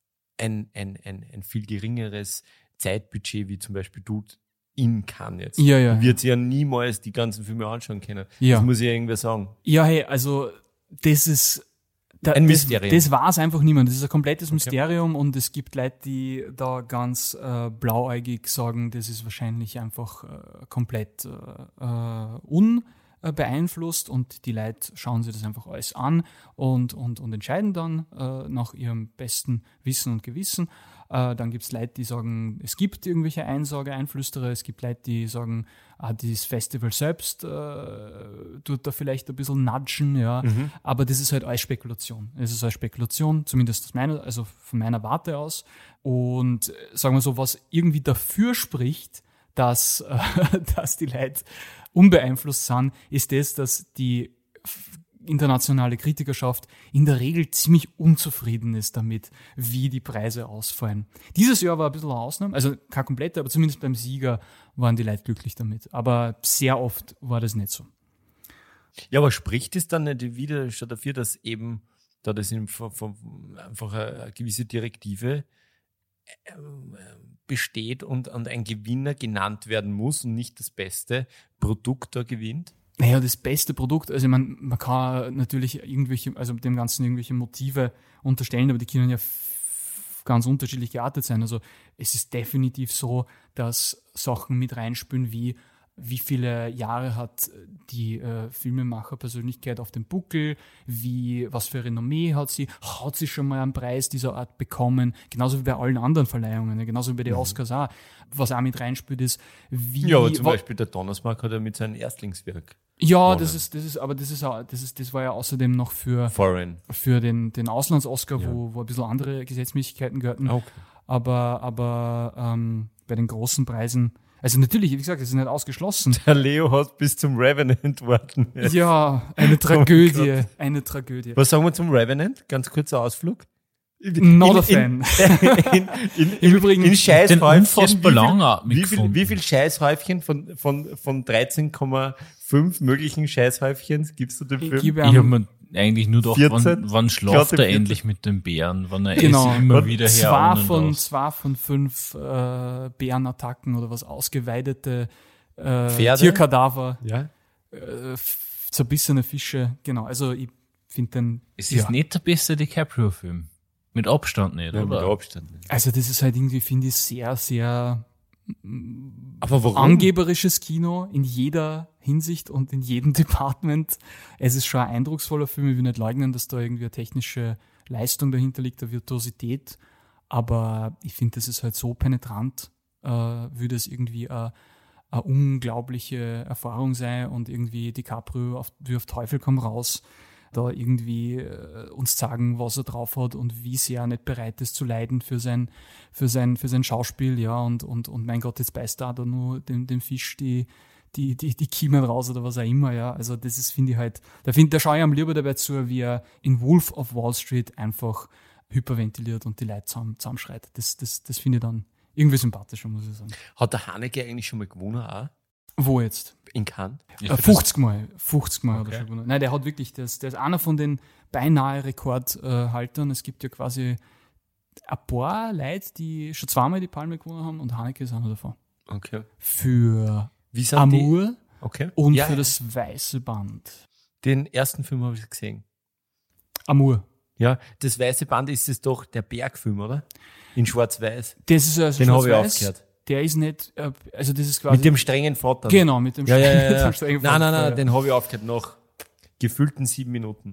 ein, ein, ein, ein viel geringeres Zeitbudget, wie zum Beispiel du in Cannes jetzt. Ja, ja, Die wird sie ja niemals die ganzen Filme anschauen können. Ja. Das muss ich ja irgendwer sagen. Ja, hey, also das ist da, Ein das, Mysterium. Das weiß einfach niemand. Das ist ein komplettes Mysterium und es gibt Leute, die da ganz äh, blauäugig sagen, das ist wahrscheinlich einfach äh, komplett äh, äh, unbeeinflusst und die Leute schauen sich das einfach alles an und, und, und entscheiden dann äh, nach ihrem besten Wissen und Gewissen. Äh, dann gibt es Leute, die sagen, es gibt irgendwelche Einsage, Einflüsterer. Es gibt Leute, die sagen, ah, dieses Festival selbst äh, tut da vielleicht ein bisschen nudgen, ja. Mhm. Aber das ist halt alles Spekulation. Es ist alles Spekulation, zumindest aus meiner, also von meiner Warte aus. Und äh, sagen wir so, was irgendwie dafür spricht, dass, äh, dass die Leute unbeeinflusst sind, ist das, dass die f- internationale Kritikerschaft in der Regel ziemlich unzufrieden ist damit, wie die Preise ausfallen. Dieses Jahr war ein bisschen eine Ausnahme, also kein kompletter, aber zumindest beim Sieger waren die Leute glücklich damit. Aber sehr oft war das nicht so. Ja, aber spricht es dann nicht wieder schon dafür, dass eben da das einfach eine gewisse Direktive besteht und, und ein Gewinner genannt werden muss und nicht das beste Produkt da gewinnt? Naja, das beste Produkt, also man, man kann natürlich irgendwelche, also dem Ganzen irgendwelche Motive unterstellen, aber die können ja f- ganz unterschiedlich geartet sein. Also es ist definitiv so, dass Sachen mit reinspülen wie wie viele Jahre hat die äh, Filmemacher-Persönlichkeit auf dem Buckel, wie, was für Renommee hat sie, hat sie schon mal einen Preis dieser Art bekommen, genauso wie bei allen anderen Verleihungen, ne? Genauso wie bei den Mhm. Oscars auch. Was auch mit reinspielt ist, wie... Ja, aber zum wa- Beispiel der Donnersmarck hat ja mit seinem Erstlingswerk Ja, gewonnen. das ist, das ist, aber das ist auch, das ist, das war ja außerdem noch für, Foreign. für den, den Auslands-Oscar, Ja. wo, wo ein bisschen andere Gesetzmäßigkeiten gehörten. Okay. Aber, aber ähm, bei den großen Preisen, also natürlich, wie gesagt, das ist nicht ausgeschlossen. Der Leo hat bis zum Revenant warten müssen. Ja, eine Tragödie, eine Tragödie. Was sagen wir zum Revenant? Ganz kurzer Ausflug. Not a fan. In, in, in, Im Übrigen- in Den Scheißhäufchen. unfassbar lang Wie viel, mitgefunden. wie viel Scheißhäufchen von, von, von dreizehn Komma fünf möglichen Scheißhäufchen gibst du dem Ich Film? gebe Ich habe einem, mir eigentlich nur gedacht, vierzehn, wann, wann schlaft glatte er vierzehn. endlich mit den Bären, wann er Genau. es immer Und wieder her zwei und von, aus. zwei von fünf äh, Bärenattacken oder was, ausgeweidete äh, Pferde? Tierkadaver, Ja. äh, f- zerbissene Fische, genau. Also ich finde den, Es ist ja. nicht der beste DiCaprio-Film. Mit Abstand nicht, Ja, mit oder? Abstand. also das ist halt irgendwie, finde ich, sehr, sehr Aber warum? angeberisches Kino in jeder Hinsicht und in jedem Department. Es ist schon ein eindrucksvoller Film. Ich will nicht leugnen, dass da irgendwie eine technische Leistung dahinter liegt, eine Virtuosität. Aber ich finde, das ist halt so penetrant, äh, würde es irgendwie eine, eine unglaubliche Erfahrung sein und irgendwie DiCaprio auf, wie auf Teufel komm raus da irgendwie äh, uns sagen, was er drauf hat und wie sehr er nicht bereit ist zu leiden für sein, für sein, für sein Schauspiel, ja, und, und, und mein Gott, jetzt beißt er da nur dem, dem Fisch die, die, die, die Kiemen raus oder was auch immer, ja. Also das ist, finde ich halt, da finde, da schaue ich am lieber dabei zu, wie er in Wolf of Wall Street einfach hyperventiliert und die Leute zusammen, zusammenschreit. Das, das, das finde ich dann irgendwie sympathischer, muss ich sagen. Hat der Haneke eigentlich schon mal gewonnen auch? Wo jetzt? In Cannes? Ich Äh, find fünfzig Mal. fünfzig Mal hat Okay. er schon gewonnen. Nein, der hat wirklich, das, der ist einer von den beinahe Rekordhaltern. Es gibt ja quasi ein paar Leute, die schon zweimal die Palme gewonnen haben und Haneke ist einer davon. Okay. Für Wie sind die? Amour Okay. und Ja, für das Weiße Band. den ersten Film habe ich gesehen. Amour. Ja, das Weiße Band ist es doch der Bergfilm, oder? In Schwarz-Weiß. Das ist also Den habe ich schwarz-weiß. aufgehört. Der ist nicht, äh, also das ist quasi... Mit dem strengen Vater. Genau, mit dem Ja, ja, ja. mit ja. dem strengen Nein, nein, Vater, nein, ja. den habe ich aufgehört nach gefühlten sieben Minuten.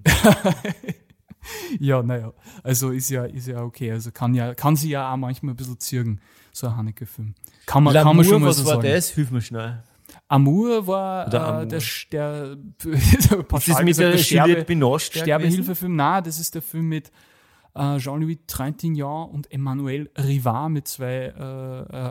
Ja, naja, also ist ja, ist ja okay. Also kann ja, kann sie ja auch manchmal ein bisschen zirgen, so ein Haneke-Film. Kann man, kann man L'amour, schon mal was so war sagen. das? Hilf mir schnell. Amour war Oder äh, Amour. der, Sch- der, der Ist das pauschal mit gesagt, der der Sterbe, Juliette Binoche der gewesen? Sterbehilfefilm? Nein, das ist der Film mit äh, Jean-Louis Trintignant und Emmanuel Rivard mit zwei äh, äh,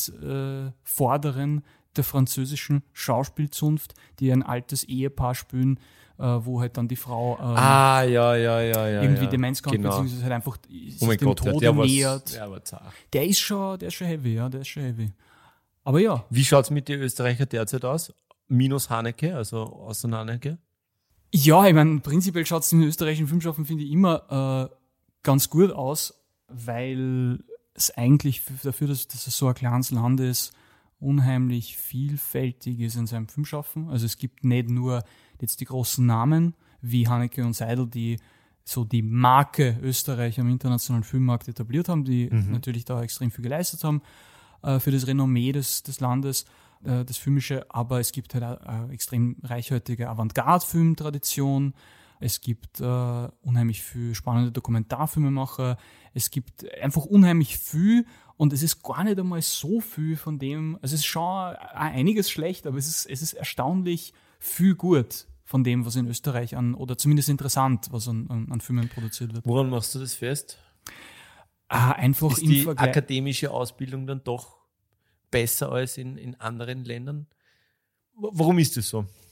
Altvorderen der französischen Schauspielzunft, die ein altes Ehepaar spielen, äh, wo halt dann die Frau ähm, Ah, ja, ja, ja, ja. irgendwie ja. Demenzkrank Genau. beziehungsweise halt einfach sich Oh mein dem Gott, ja, Tode der war, nähert. der war zart. Der ist schon, der ist schon heavy, ja, der ist schon heavy. Aber ja, Wie schaut's mit den Österreicher derzeit aus? Minus Haneke, also außer Haneke? ja, ich meine, prinzipiell schaut es in den österreichischen Filmschaffen, finde ich, immer äh, ganz gut aus, weil es eigentlich f- dafür, dass, dass es so ein kleines Land ist, unheimlich vielfältig ist in seinem Filmschaffen. Also es gibt nicht nur jetzt die großen Namen wie Haneke und Seidel, die so die Marke Österreich am internationalen Filmmarkt etabliert haben, die Mhm. natürlich da extrem viel geleistet haben äh, für das Renommee des, des Landes, äh, das Filmische, aber es gibt halt auch eine extrem reichhaltige Avantgarde-Filmtradition. Es gibt äh, unheimlich viel spannende Dokumentarfilmemacher. Es gibt einfach unheimlich viel und es ist gar nicht einmal so viel von dem, also es ist schon auch einiges schlecht, aber es ist, es ist erstaunlich viel gut von dem, was in Österreich an, oder zumindest interessant, was an, an, an Filmen produziert wird. Woran machst du das fest? Ah, einfach Ist im die Vergleich. akademische Ausbildung dann doch besser als in, in anderen Ländern? W- Warum ist das so?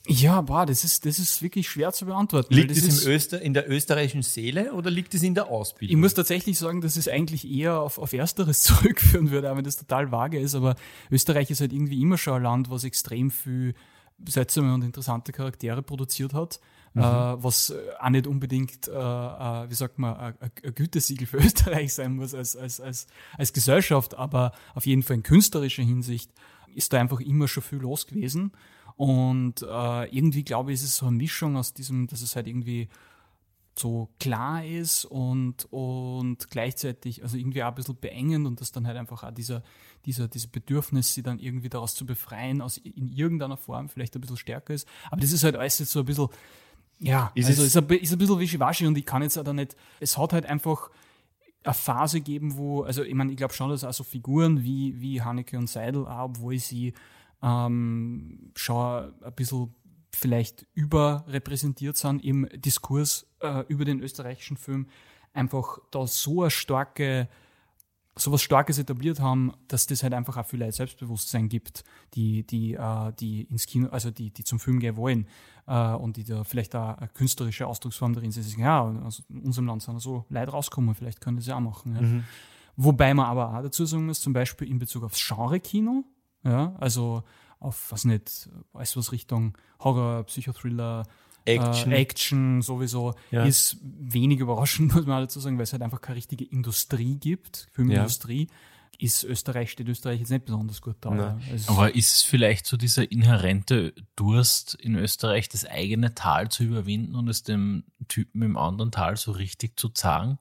Ja, boah, das ist, das ist wirklich schwer zu beantworten. weil Liegt das es ist, im Öster, in der österreichischen Seele oder liegt es in der Ich Ausbildung? muss tatsächlich sagen, dass es eigentlich eher auf, auf Ersteres zurückführen würde, auch wenn das total vage ist. Aber Österreich ist halt irgendwie immer schon ein Land, was extrem viel seltsame und interessante Charaktere produziert hat. Mhm. Äh, was auch nicht unbedingt, äh, äh, wie sagt man, ein, ein Gütesiegel für Österreich sein muss als, als, als, als Gesellschaft. Aber auf jeden Fall in künstlerischer Hinsicht ist da einfach immer schon viel los gewesen. Und äh, irgendwie, glaube ich, ist es so eine Mischung aus diesem, dass es halt irgendwie so klar ist und, und gleichzeitig, also irgendwie auch ein bisschen beengend und dass dann halt einfach auch dieser, dieser, diese Bedürfnis, sie dann irgendwie daraus zu befreien, aus in irgendeiner Form vielleicht ein bisschen stärker ist. Aber das ist halt alles jetzt so ein bisschen, ja, Ist also es- ist ein, ist ein bisschen wischiwaschi und ich kann jetzt auch da nicht, es hat halt einfach eine Phase geben, wo, also ich meine, ich glaube schon, dass auch so Figuren wie, wie Haneke und Seidel, auch obwohl sie ähm, schon ein bisschen vielleicht überrepräsentiert sind im Diskurs äh, über den österreichischen Film, einfach da so eine starke, so was Starkes etabliert haben, dass das halt einfach auch viel Selbstbewusstsein gibt, die, die, äh, die ins Kino, also die, die zum Film gehen wollen äh, und die da vielleicht auch eine künstlerische Ausdrucksform darin sind. Sie sagen, ja, also in unserem Land sind so Leute rauskommen, vielleicht können das ja auch machen. Ja. Mhm. Wobei man aber auch dazu sagen muss, zum Beispiel in Bezug aufs Genre-Kino, ja, also auf, was nicht, alles was Richtung Horror, Psychothriller, Action. Äh, Action sowieso, Ja. ist wenig überraschend, muss man auch dazu sagen, weil es halt einfach keine richtige Industrie gibt, Filmindustrie. Ist Österreich, steht Österreich jetzt nicht besonders gut da. Nein. Ja. Es- Aber ist es vielleicht so dieser inhärente Durst in Österreich, das eigene Tal zu überwinden und es dem Typen im anderen Tal so richtig zu zagen?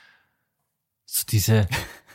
So diese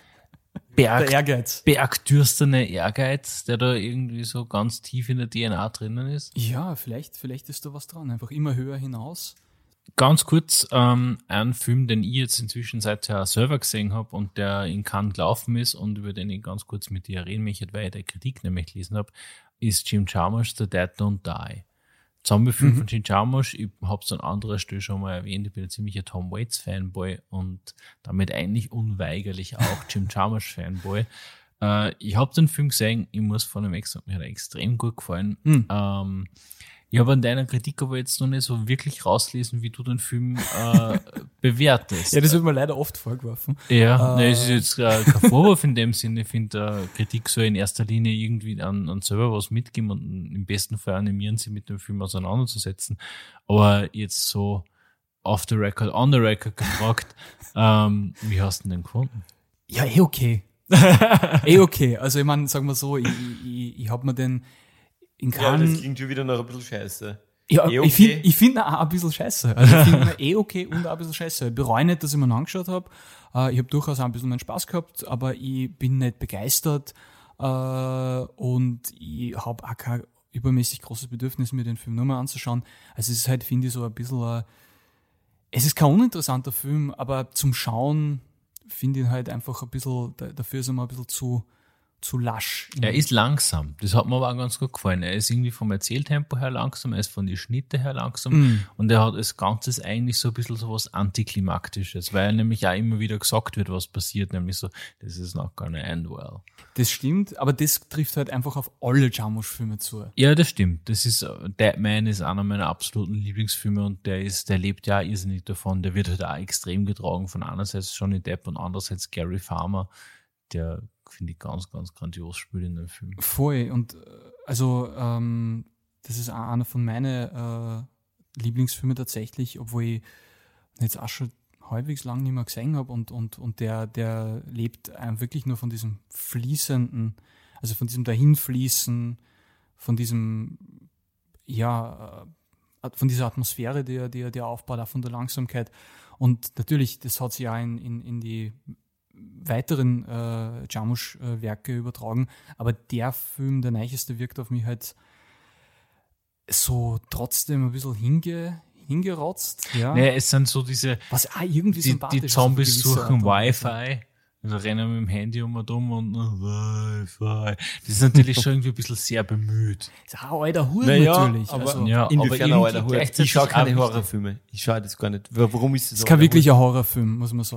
der Berg, Ehrgeiz. bergdürstene Ehrgeiz, der da irgendwie so ganz tief in der D N A drinnen ist. Ja, vielleicht, vielleicht ist da was dran. Einfach immer höher hinaus. Ganz kurz, ähm, ein Film, den ich jetzt inzwischen seither selber gesehen habe und der in Cannes gelaufen ist und über den ich ganz kurz mit dir reden möchte, weil ich der Kritik nämlich gelesen habe, ist Jim Jarmusch The Dead Don't Die. Zombie-Film Mhm. von Jim Jarmusch. Ich habe es an anderer Stelle schon mal erwähnt, ich bin ein ziemlicher Tom Waits-Fanboy und damit eigentlich unweigerlich auch Jim Jarmusch-Fanboy. Äh, ich habe den Film gesehen, ich muss von dem Ex, mir hat er extrem gut gefallen. Mhm. Ähm, ich habe an deiner Kritik aber jetzt noch nicht so wirklich rauslesen, wie du den Film äh, bewertest. Ja, das wird mir leider oft vorgeworfen. Ja, Äh, ne, es ist jetzt äh, kein Vorwurf in dem Sinne. Ich finde, äh, Kritik soll in erster Linie irgendwie an, an selber was mitgeben und im besten Fall animieren, sie mit dem Film auseinanderzusetzen. Aber jetzt so off the record, on the record gefragt, ähm, wie hast du den gefunden? Ja, eh okay. eh okay. Also ich meine, sagen wir so, ich, ich, ich habe mir den in Ja, Cannes... das klingt schon wieder noch ein bisschen scheiße. Ja, Eh ich okay. finde ich find ihn auch ein bisschen scheiße. Also ich finde ihn eh okay und auch ein bisschen scheiße. Ich bereue nicht, dass ich mir ihn angeschaut habe. Äh, ich habe durchaus auch ein bisschen meinen Spaß gehabt, aber ich bin nicht begeistert äh, und ich habe auch kein übermäßig großes Bedürfnis, mir den Film nochmal anzuschauen. Also es ist halt, finde ich, so ein bisschen ein, es ist kein uninteressanter Film, aber zum Schauen finde ich ihn halt einfach ein bisschen, da- dafür ist er mal ein bisschen zu, zu lasch. Er ist langsam. Das hat mir aber auch ganz gut gefallen. Er ist irgendwie vom Erzähltempo her langsam, er ist von den Schnitten her langsam Mm. und er hat als Ganzes eigentlich so ein bisschen so was Antiklimaktisches, weil nämlich auch immer wieder gesagt wird, was passiert, nämlich so, this is not gonna end well. Das stimmt, aber das trifft halt einfach auf alle Jarmusch-Filme zu. Ja, das stimmt. Das ist, äh, Dead Man ist einer meiner absoluten Lieblingsfilme und der ist, der lebt ja auch irrsinnig davon. Der wird halt auch extrem getragen von einerseits Johnny Depp und andererseits Gary Farmer, der, finde ich, ganz, ganz grandios spielt in dem Film. Voll. Und äh, also ähm, das ist auch einer von meinen äh, Lieblingsfilmen tatsächlich, obwohl ich ihn jetzt auch schon halbwegs lang nicht mehr gesehen habe und, und, und der, der lebt äh, wirklich nur von diesem fließenden, also von diesem Dahinfließen, von diesem, ja, äh, von dieser Atmosphäre, die er, die er, die er aufbaut, auch von der Langsamkeit. Und natürlich, das hat sich auch in, in, in die weiteren äh, Jarmusch-Werke übertragen, aber der Film, der neueste, wirkt auf mich halt so trotzdem ein bisschen hinge, hingerotzt. Ja. Naja, es sind so diese, Was auch irgendwie die, sympathisch die ist auf eine Zombies gewisse suchen Art und Weise. Wi-Fi, also rennen mit dem Handy um und um und uh, Wi-Fi. Das ist natürlich schon irgendwie ein bisschen sehr bemüht. Ist auch ein alter Hut Naja, natürlich. aber- also, Ja, Inwiefern aber auch einer irgendwie Hut. gleichzeitig Ich schaue keine auch wichtig. Horrorfilme. Ich schaue das gar nicht. Warum ist das es ist kein wirklicher Horrorfilm, muss man sagen.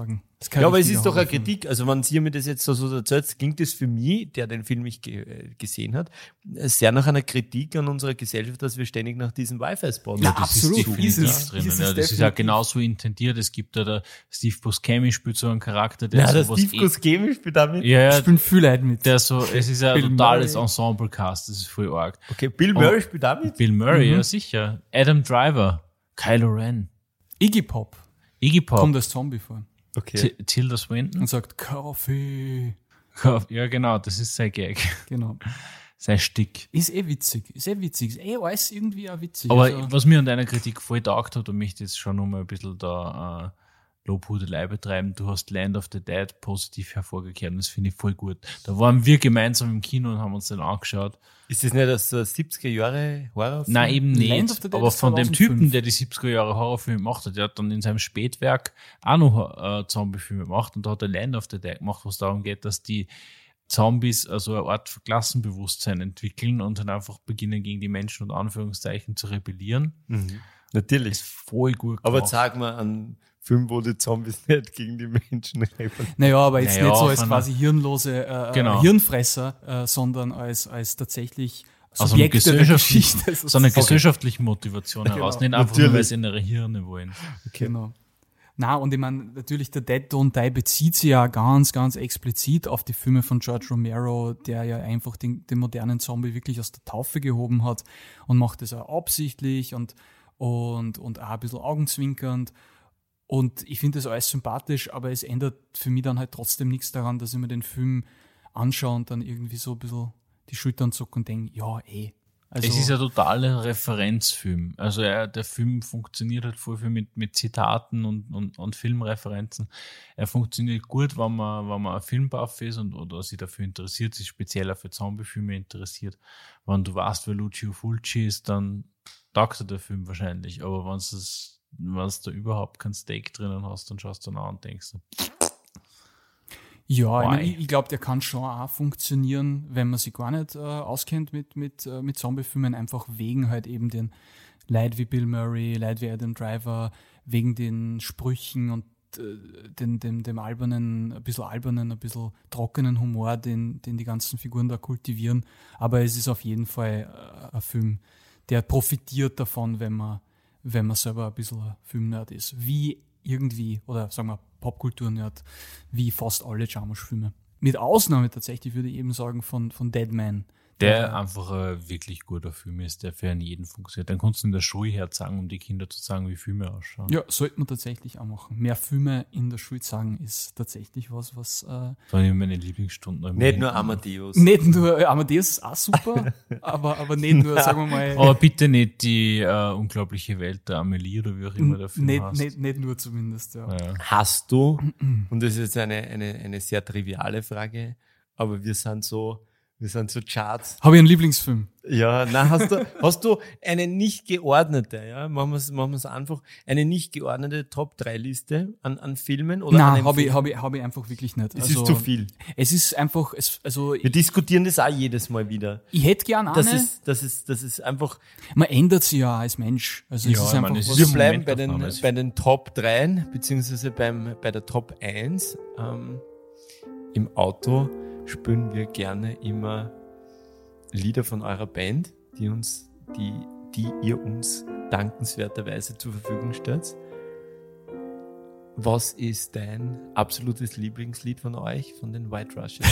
ist kein Ja, aber es richtiger ist doch eine Horrorfilm. Kritik. Also, wenn Sie mir das jetzt so, so erzählt, klingt das für mich, der den Film nicht ge äh, gesehen hat, sehr nach einer Kritik an unserer Gesellschaft, dass wir ständig nach diesem Wi-Fi-Spot Ja, suchen. absolut. Ist definitiv Ist es- drinnen. ist es ja, das ist ja definitiv. genauso intendiert. Es gibt ja der Steve Buscemi spielt so einen Charakter, der Ja, der sowas Steve Buscemi spielt damit. ja, ja, Spielen viel Leute mit. der so, es ist ja ein Bill totales Murray. Ensemble-Cast, das ist voll arg. Okay, Bill Murray spielt damit. Bill Murray, Mhm. ja sicher. Adam Driver, Kylo Ren, Iggy Pop Iggy Pop, kommt als Zombie vor Okay. T- Tilda Swinton. und sagt Kaffee. Ja, genau, das ist sein Gag. Genau. Sein Stick. Ist eh witzig. Ist eh witzig. Ist eh alles irgendwie auch witzig. Aber Also, was mir an deiner Kritik voll taugt hat, und mich jetzt schon nochmal ein bisschen da äh, Lobhudelei betreiben, du hast Land of the Dead positiv hervorgekehrt und das finde ich voll gut. Da waren wir gemeinsam im Kino und haben uns den angeschaut. Ist das nicht das so siebziger Jahre Horrorfilm? Nein, eben Land of nicht. the Dead Aber ist von dem zweitausendfünf. Typen, der die siebziger Jahre Horrorfilme gemacht hat, der hat dann in seinem Spätwerk auch noch äh, Zombie-Filme gemacht und da hat er Land of the Dead gemacht, wo es darum geht, dass die Zombies also eine Art Klassenbewusstsein entwickeln und dann einfach beginnen, gegen die Menschen und Anführungszeichen zu rebellieren. Mhm. Natürlich. Voll gut Aber gemacht. sag mal einen Film, wo die Zombies nicht gegen die Menschen rebellieren. naja, aber jetzt Naja, nicht so als von quasi hirnlose äh, Genau. Hirnfresser, äh, sondern als, als tatsächlich aus einer Subjekte der gesellschaftlichen, Geschichte. so einer sozusagen. gesellschaftlichen Motivation heraus, Genau. nicht einfach nur, weil Natürlich. sie in ihre Hirne wollen. Genau. Na, und ich meine, natürlich, der Dead Don't Die bezieht sich ja ganz, ganz explizit auf die Filme von George Romero, der ja einfach den, den modernen Zombie wirklich aus der Taufe gehoben hat und macht das auch absichtlich und, und, und auch ein bisschen augenzwinkernd. Und ich finde das alles sympathisch, aber es ändert für mich dann halt trotzdem nichts daran, dass ich mir den Film anschaue und dann irgendwie so ein bisschen die Schultern zucke und denke, ja, eh. Also, Es ist ein totaler Referenzfilm. Also er, der Film funktioniert halt voll viel mit, mit Zitaten und, und, und Filmreferenzen. Er funktioniert gut, wenn man, wenn man ein Filmbuff ist und oder sich dafür interessiert, sich speziell auch für Zombie-Filme interessiert. Wenn du weißt, wer Lucio Fulci ist, dann taugt dir der Film wahrscheinlich. Aber wenn es wenn du da überhaupt kein Steak drinnen hast, dann schaust du nach und denkst du, Ja, ich, Why? mein, ich, ich glaube, der kann schon auch funktionieren, wenn man sich gar nicht äh, auskennt mit, mit, äh, mit Zombie-Filmen, einfach wegen halt eben den Leid wie Bill Murray, Leid wie Adam Driver, wegen den Sprüchen und äh, den, dem, dem albernen, ein bisschen albernen, ein bisschen trockenen Humor, den, den die ganzen Figuren da kultivieren. Aber es ist auf jeden Fall äh, ein Film, der profitiert davon, wenn man, wenn man selber ein bisschen ein Filmnerd ist. Wie irgendwie, oder sagen wir Popkultur-Nerd, wie fast alle Jarmusch-Filme. Mit Ausnahme tatsächlich, würde ich eben sagen, von, von Dead Man. der einfach ein wirklich guter Film ist, der für einen jeden funktioniert. Dann kannst du in der Schule herzeigen, um die Kinder zu sagen, wie Filme ausschauen. Ja, sollte man tatsächlich auch machen. Mehr Filme in der Schule sagen ist tatsächlich was, was äh, Das waren immer meine Lieblingsstunden. am Nicht Ende. nur Amadeus. nicht nur, äh, Amadeus ist auch super, aber, aber nicht nur, sagen wir mal, Aber bitte nicht die äh, unglaubliche Welt der Amelie oder wie auch immer der Film nicht, heißt. nicht, nicht nur zumindest, ja. Ja. Hast du, und das ist jetzt eine, eine, eine sehr triviale Frage, aber wir sind so, wir sind so Charts. Habe ich einen Lieblingsfilm? Ja, na, hast du, hast du eine nicht geordnete, ja, machen wir es, machen wir es einfach, eine nicht geordnete Top drei Liste an, an Filmen oder an Nein, habe ich, Empfehlungen? hab ich, hab ich einfach wirklich nicht. Es Also, ist zu viel. Es ist einfach, es, also Wir ich, diskutieren das auch jedes Mal wieder. ich hätte gern eine, Das ist, das ist, das ist einfach, man ändert sich ja als Mensch. Also Ja, es ist ich einfach meine, es was, wir ist bleiben bei den, Momentaufnahme, es- bei den Top drei, beziehungsweise beim, bei der Top eins. Ähm, im Auto spielen wir gerne immer Lieder von eurer Band, die uns, die, die ihr uns dankenswerterweise zur Verfügung stellt. Was ist dein absolutes Lieblingslied von euch, von den White Russians?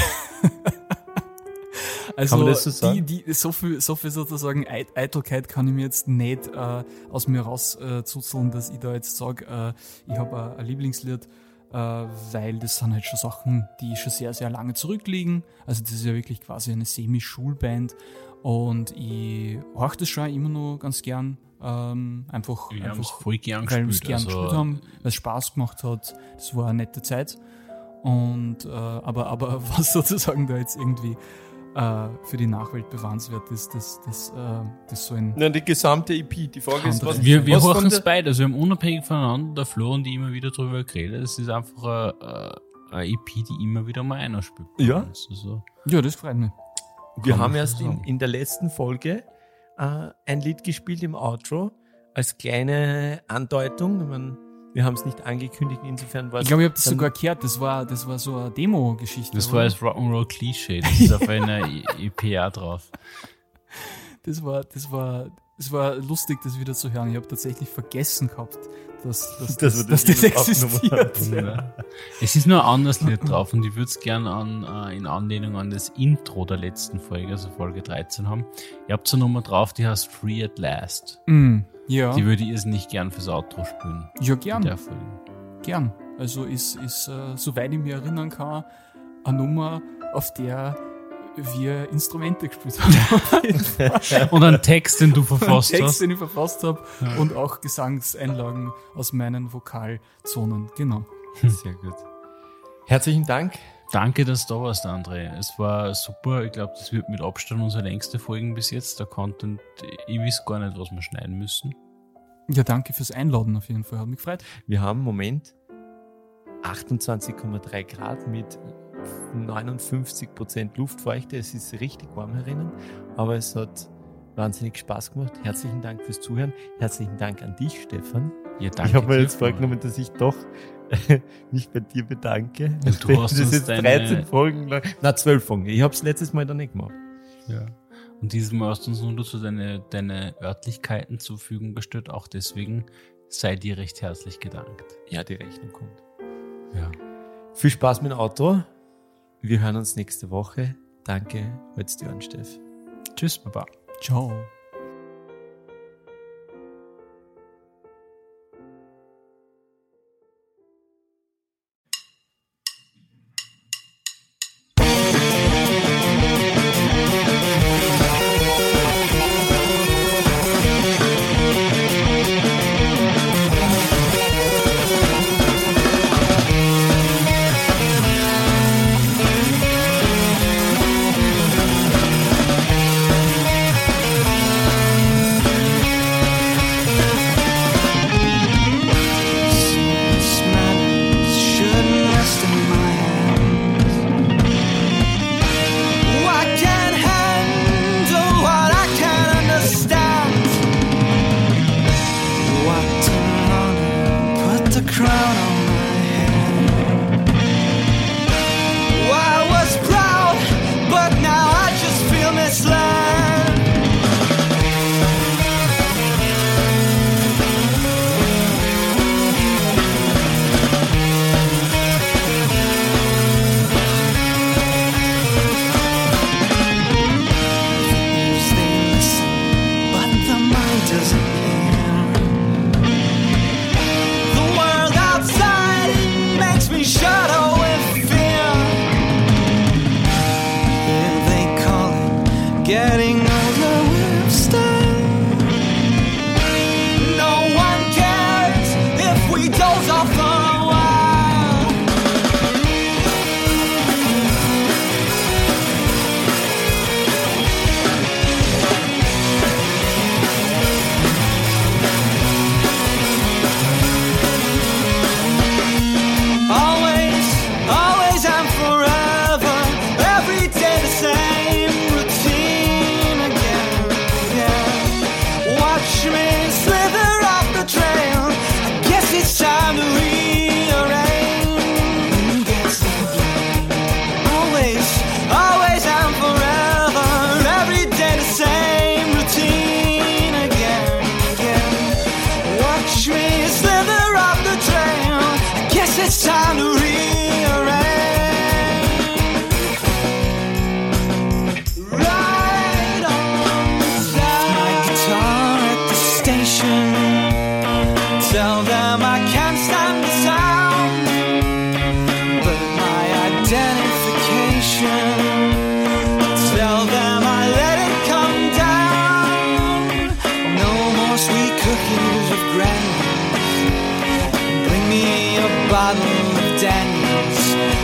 Also Kann man das so sagen? Die, die, so, viel, so viel sozusagen Eit Eitelkeit kann ich mir jetzt nicht äh, aus mir rauszuzeln, äh, dass ich da jetzt sage, äh, ich habe ein Lieblingslied, äh, weil das sind halt schon Sachen, die schon sehr, sehr lange zurückliegen. Also das ist ja wirklich quasi eine Semi-Schulband und ich horche das schon immer noch ganz gern. Ähm, einfach, Wir haben es einfach voll gern weil wir es gespielt. gern Also, gespielt haben, weil es Spaß gemacht hat. Das war eine nette Zeit. Und äh, aber, aber was sozusagen da jetzt irgendwie äh, für die Nachwelt bewahrenswert ist, das, das, äh, das so ein Nein, die gesamte E P. Die Frage ist, was, wir wir was horchen von es der, beide. Also wir haben unabhängig voneinander, der Flo und ich immer wieder drüber geredet. Es ist einfach eine, eine E P, die immer wieder mal einer spielt. Ja? Also, ja, das freut mich. Wir Kann haben man erst so in, sagen. in der letzten Folge äh, ein Lied gespielt im Outro als kleine Andeutung. Ich mein, Wir haben es nicht angekündigt, insofern war es... Ich glaube, ich habe das sogar gehört. Das war, das war so eine Demo-Geschichte. Das oder? war das Rock'n'Roll-Klischee. Das ist auf einer E P A drauf. Das war, das war, das war lustig, das wieder zu hören. Ich habe tatsächlich vergessen gehabt, dass, dass, Dass dass, wir dass das das Lied existiert. Ja. Es ist nur ein anderes Lied drauf und ich würde es gerne an, äh, in Anlehnung an das Intro der letzten Folge, also Folge dreizehn haben. Ihr habt so eine Nummer drauf, die heißt Free at Last. Mm, ja, Die würde ich jetzt nicht gern fürs Outro spielen. ja In gern, der Folge. gern. Also ist, ist äh, soweit ich mich erinnern kann, eine Nummer, auf der wir Instrumente gespielt haben. Und einen Text, den du verfasst Text, hast. den ich verfasst habe Ja. und auch Gesangseinlagen aus meinen Vokalzonen. Genau. Sehr gut. Herzlichen Dank. Danke, dass du da warst, André. Es war super. Ich glaube, das wird mit Abstand unsere längste Folge bis jetzt. Der Content, ich weiß gar nicht, was wir schneiden müssen. Ja, danke fürs Einladen auf jeden Fall. Hat mich gefreut. Wir haben im Moment achtundzwanzig Komma drei Grad mit neunundfünfzig Prozent Luftfeuchte. Es ist richtig warm herinnen, aber es hat wahnsinnig Spaß gemacht. Herzlichen Dank fürs Zuhören. Herzlichen Dank an dich, Stefan. Ja, danke. Ich habe mir dir, jetzt vorgenommen, dass ich doch mich bei dir bedanke. Und du hast das uns jetzt deine- dreizehn Folgen lang. Na, zwölf Folgen. Ich habe es letztes Mal dann nicht gemacht. Ja. Und dieses Mal hast du uns nur dazu deine, deine Örtlichkeiten zur Verfügung gestellt. Auch deswegen sei dir recht herzlich gedankt. Ja, die Rechnung kommt. Ja. Viel Spaß mit dem Auto. Wir hören uns nächste Woche. Danke, halt's dir an, Steff. Tschüss, Baba. Ciao.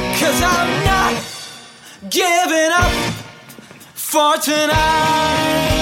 Giving up for tonight.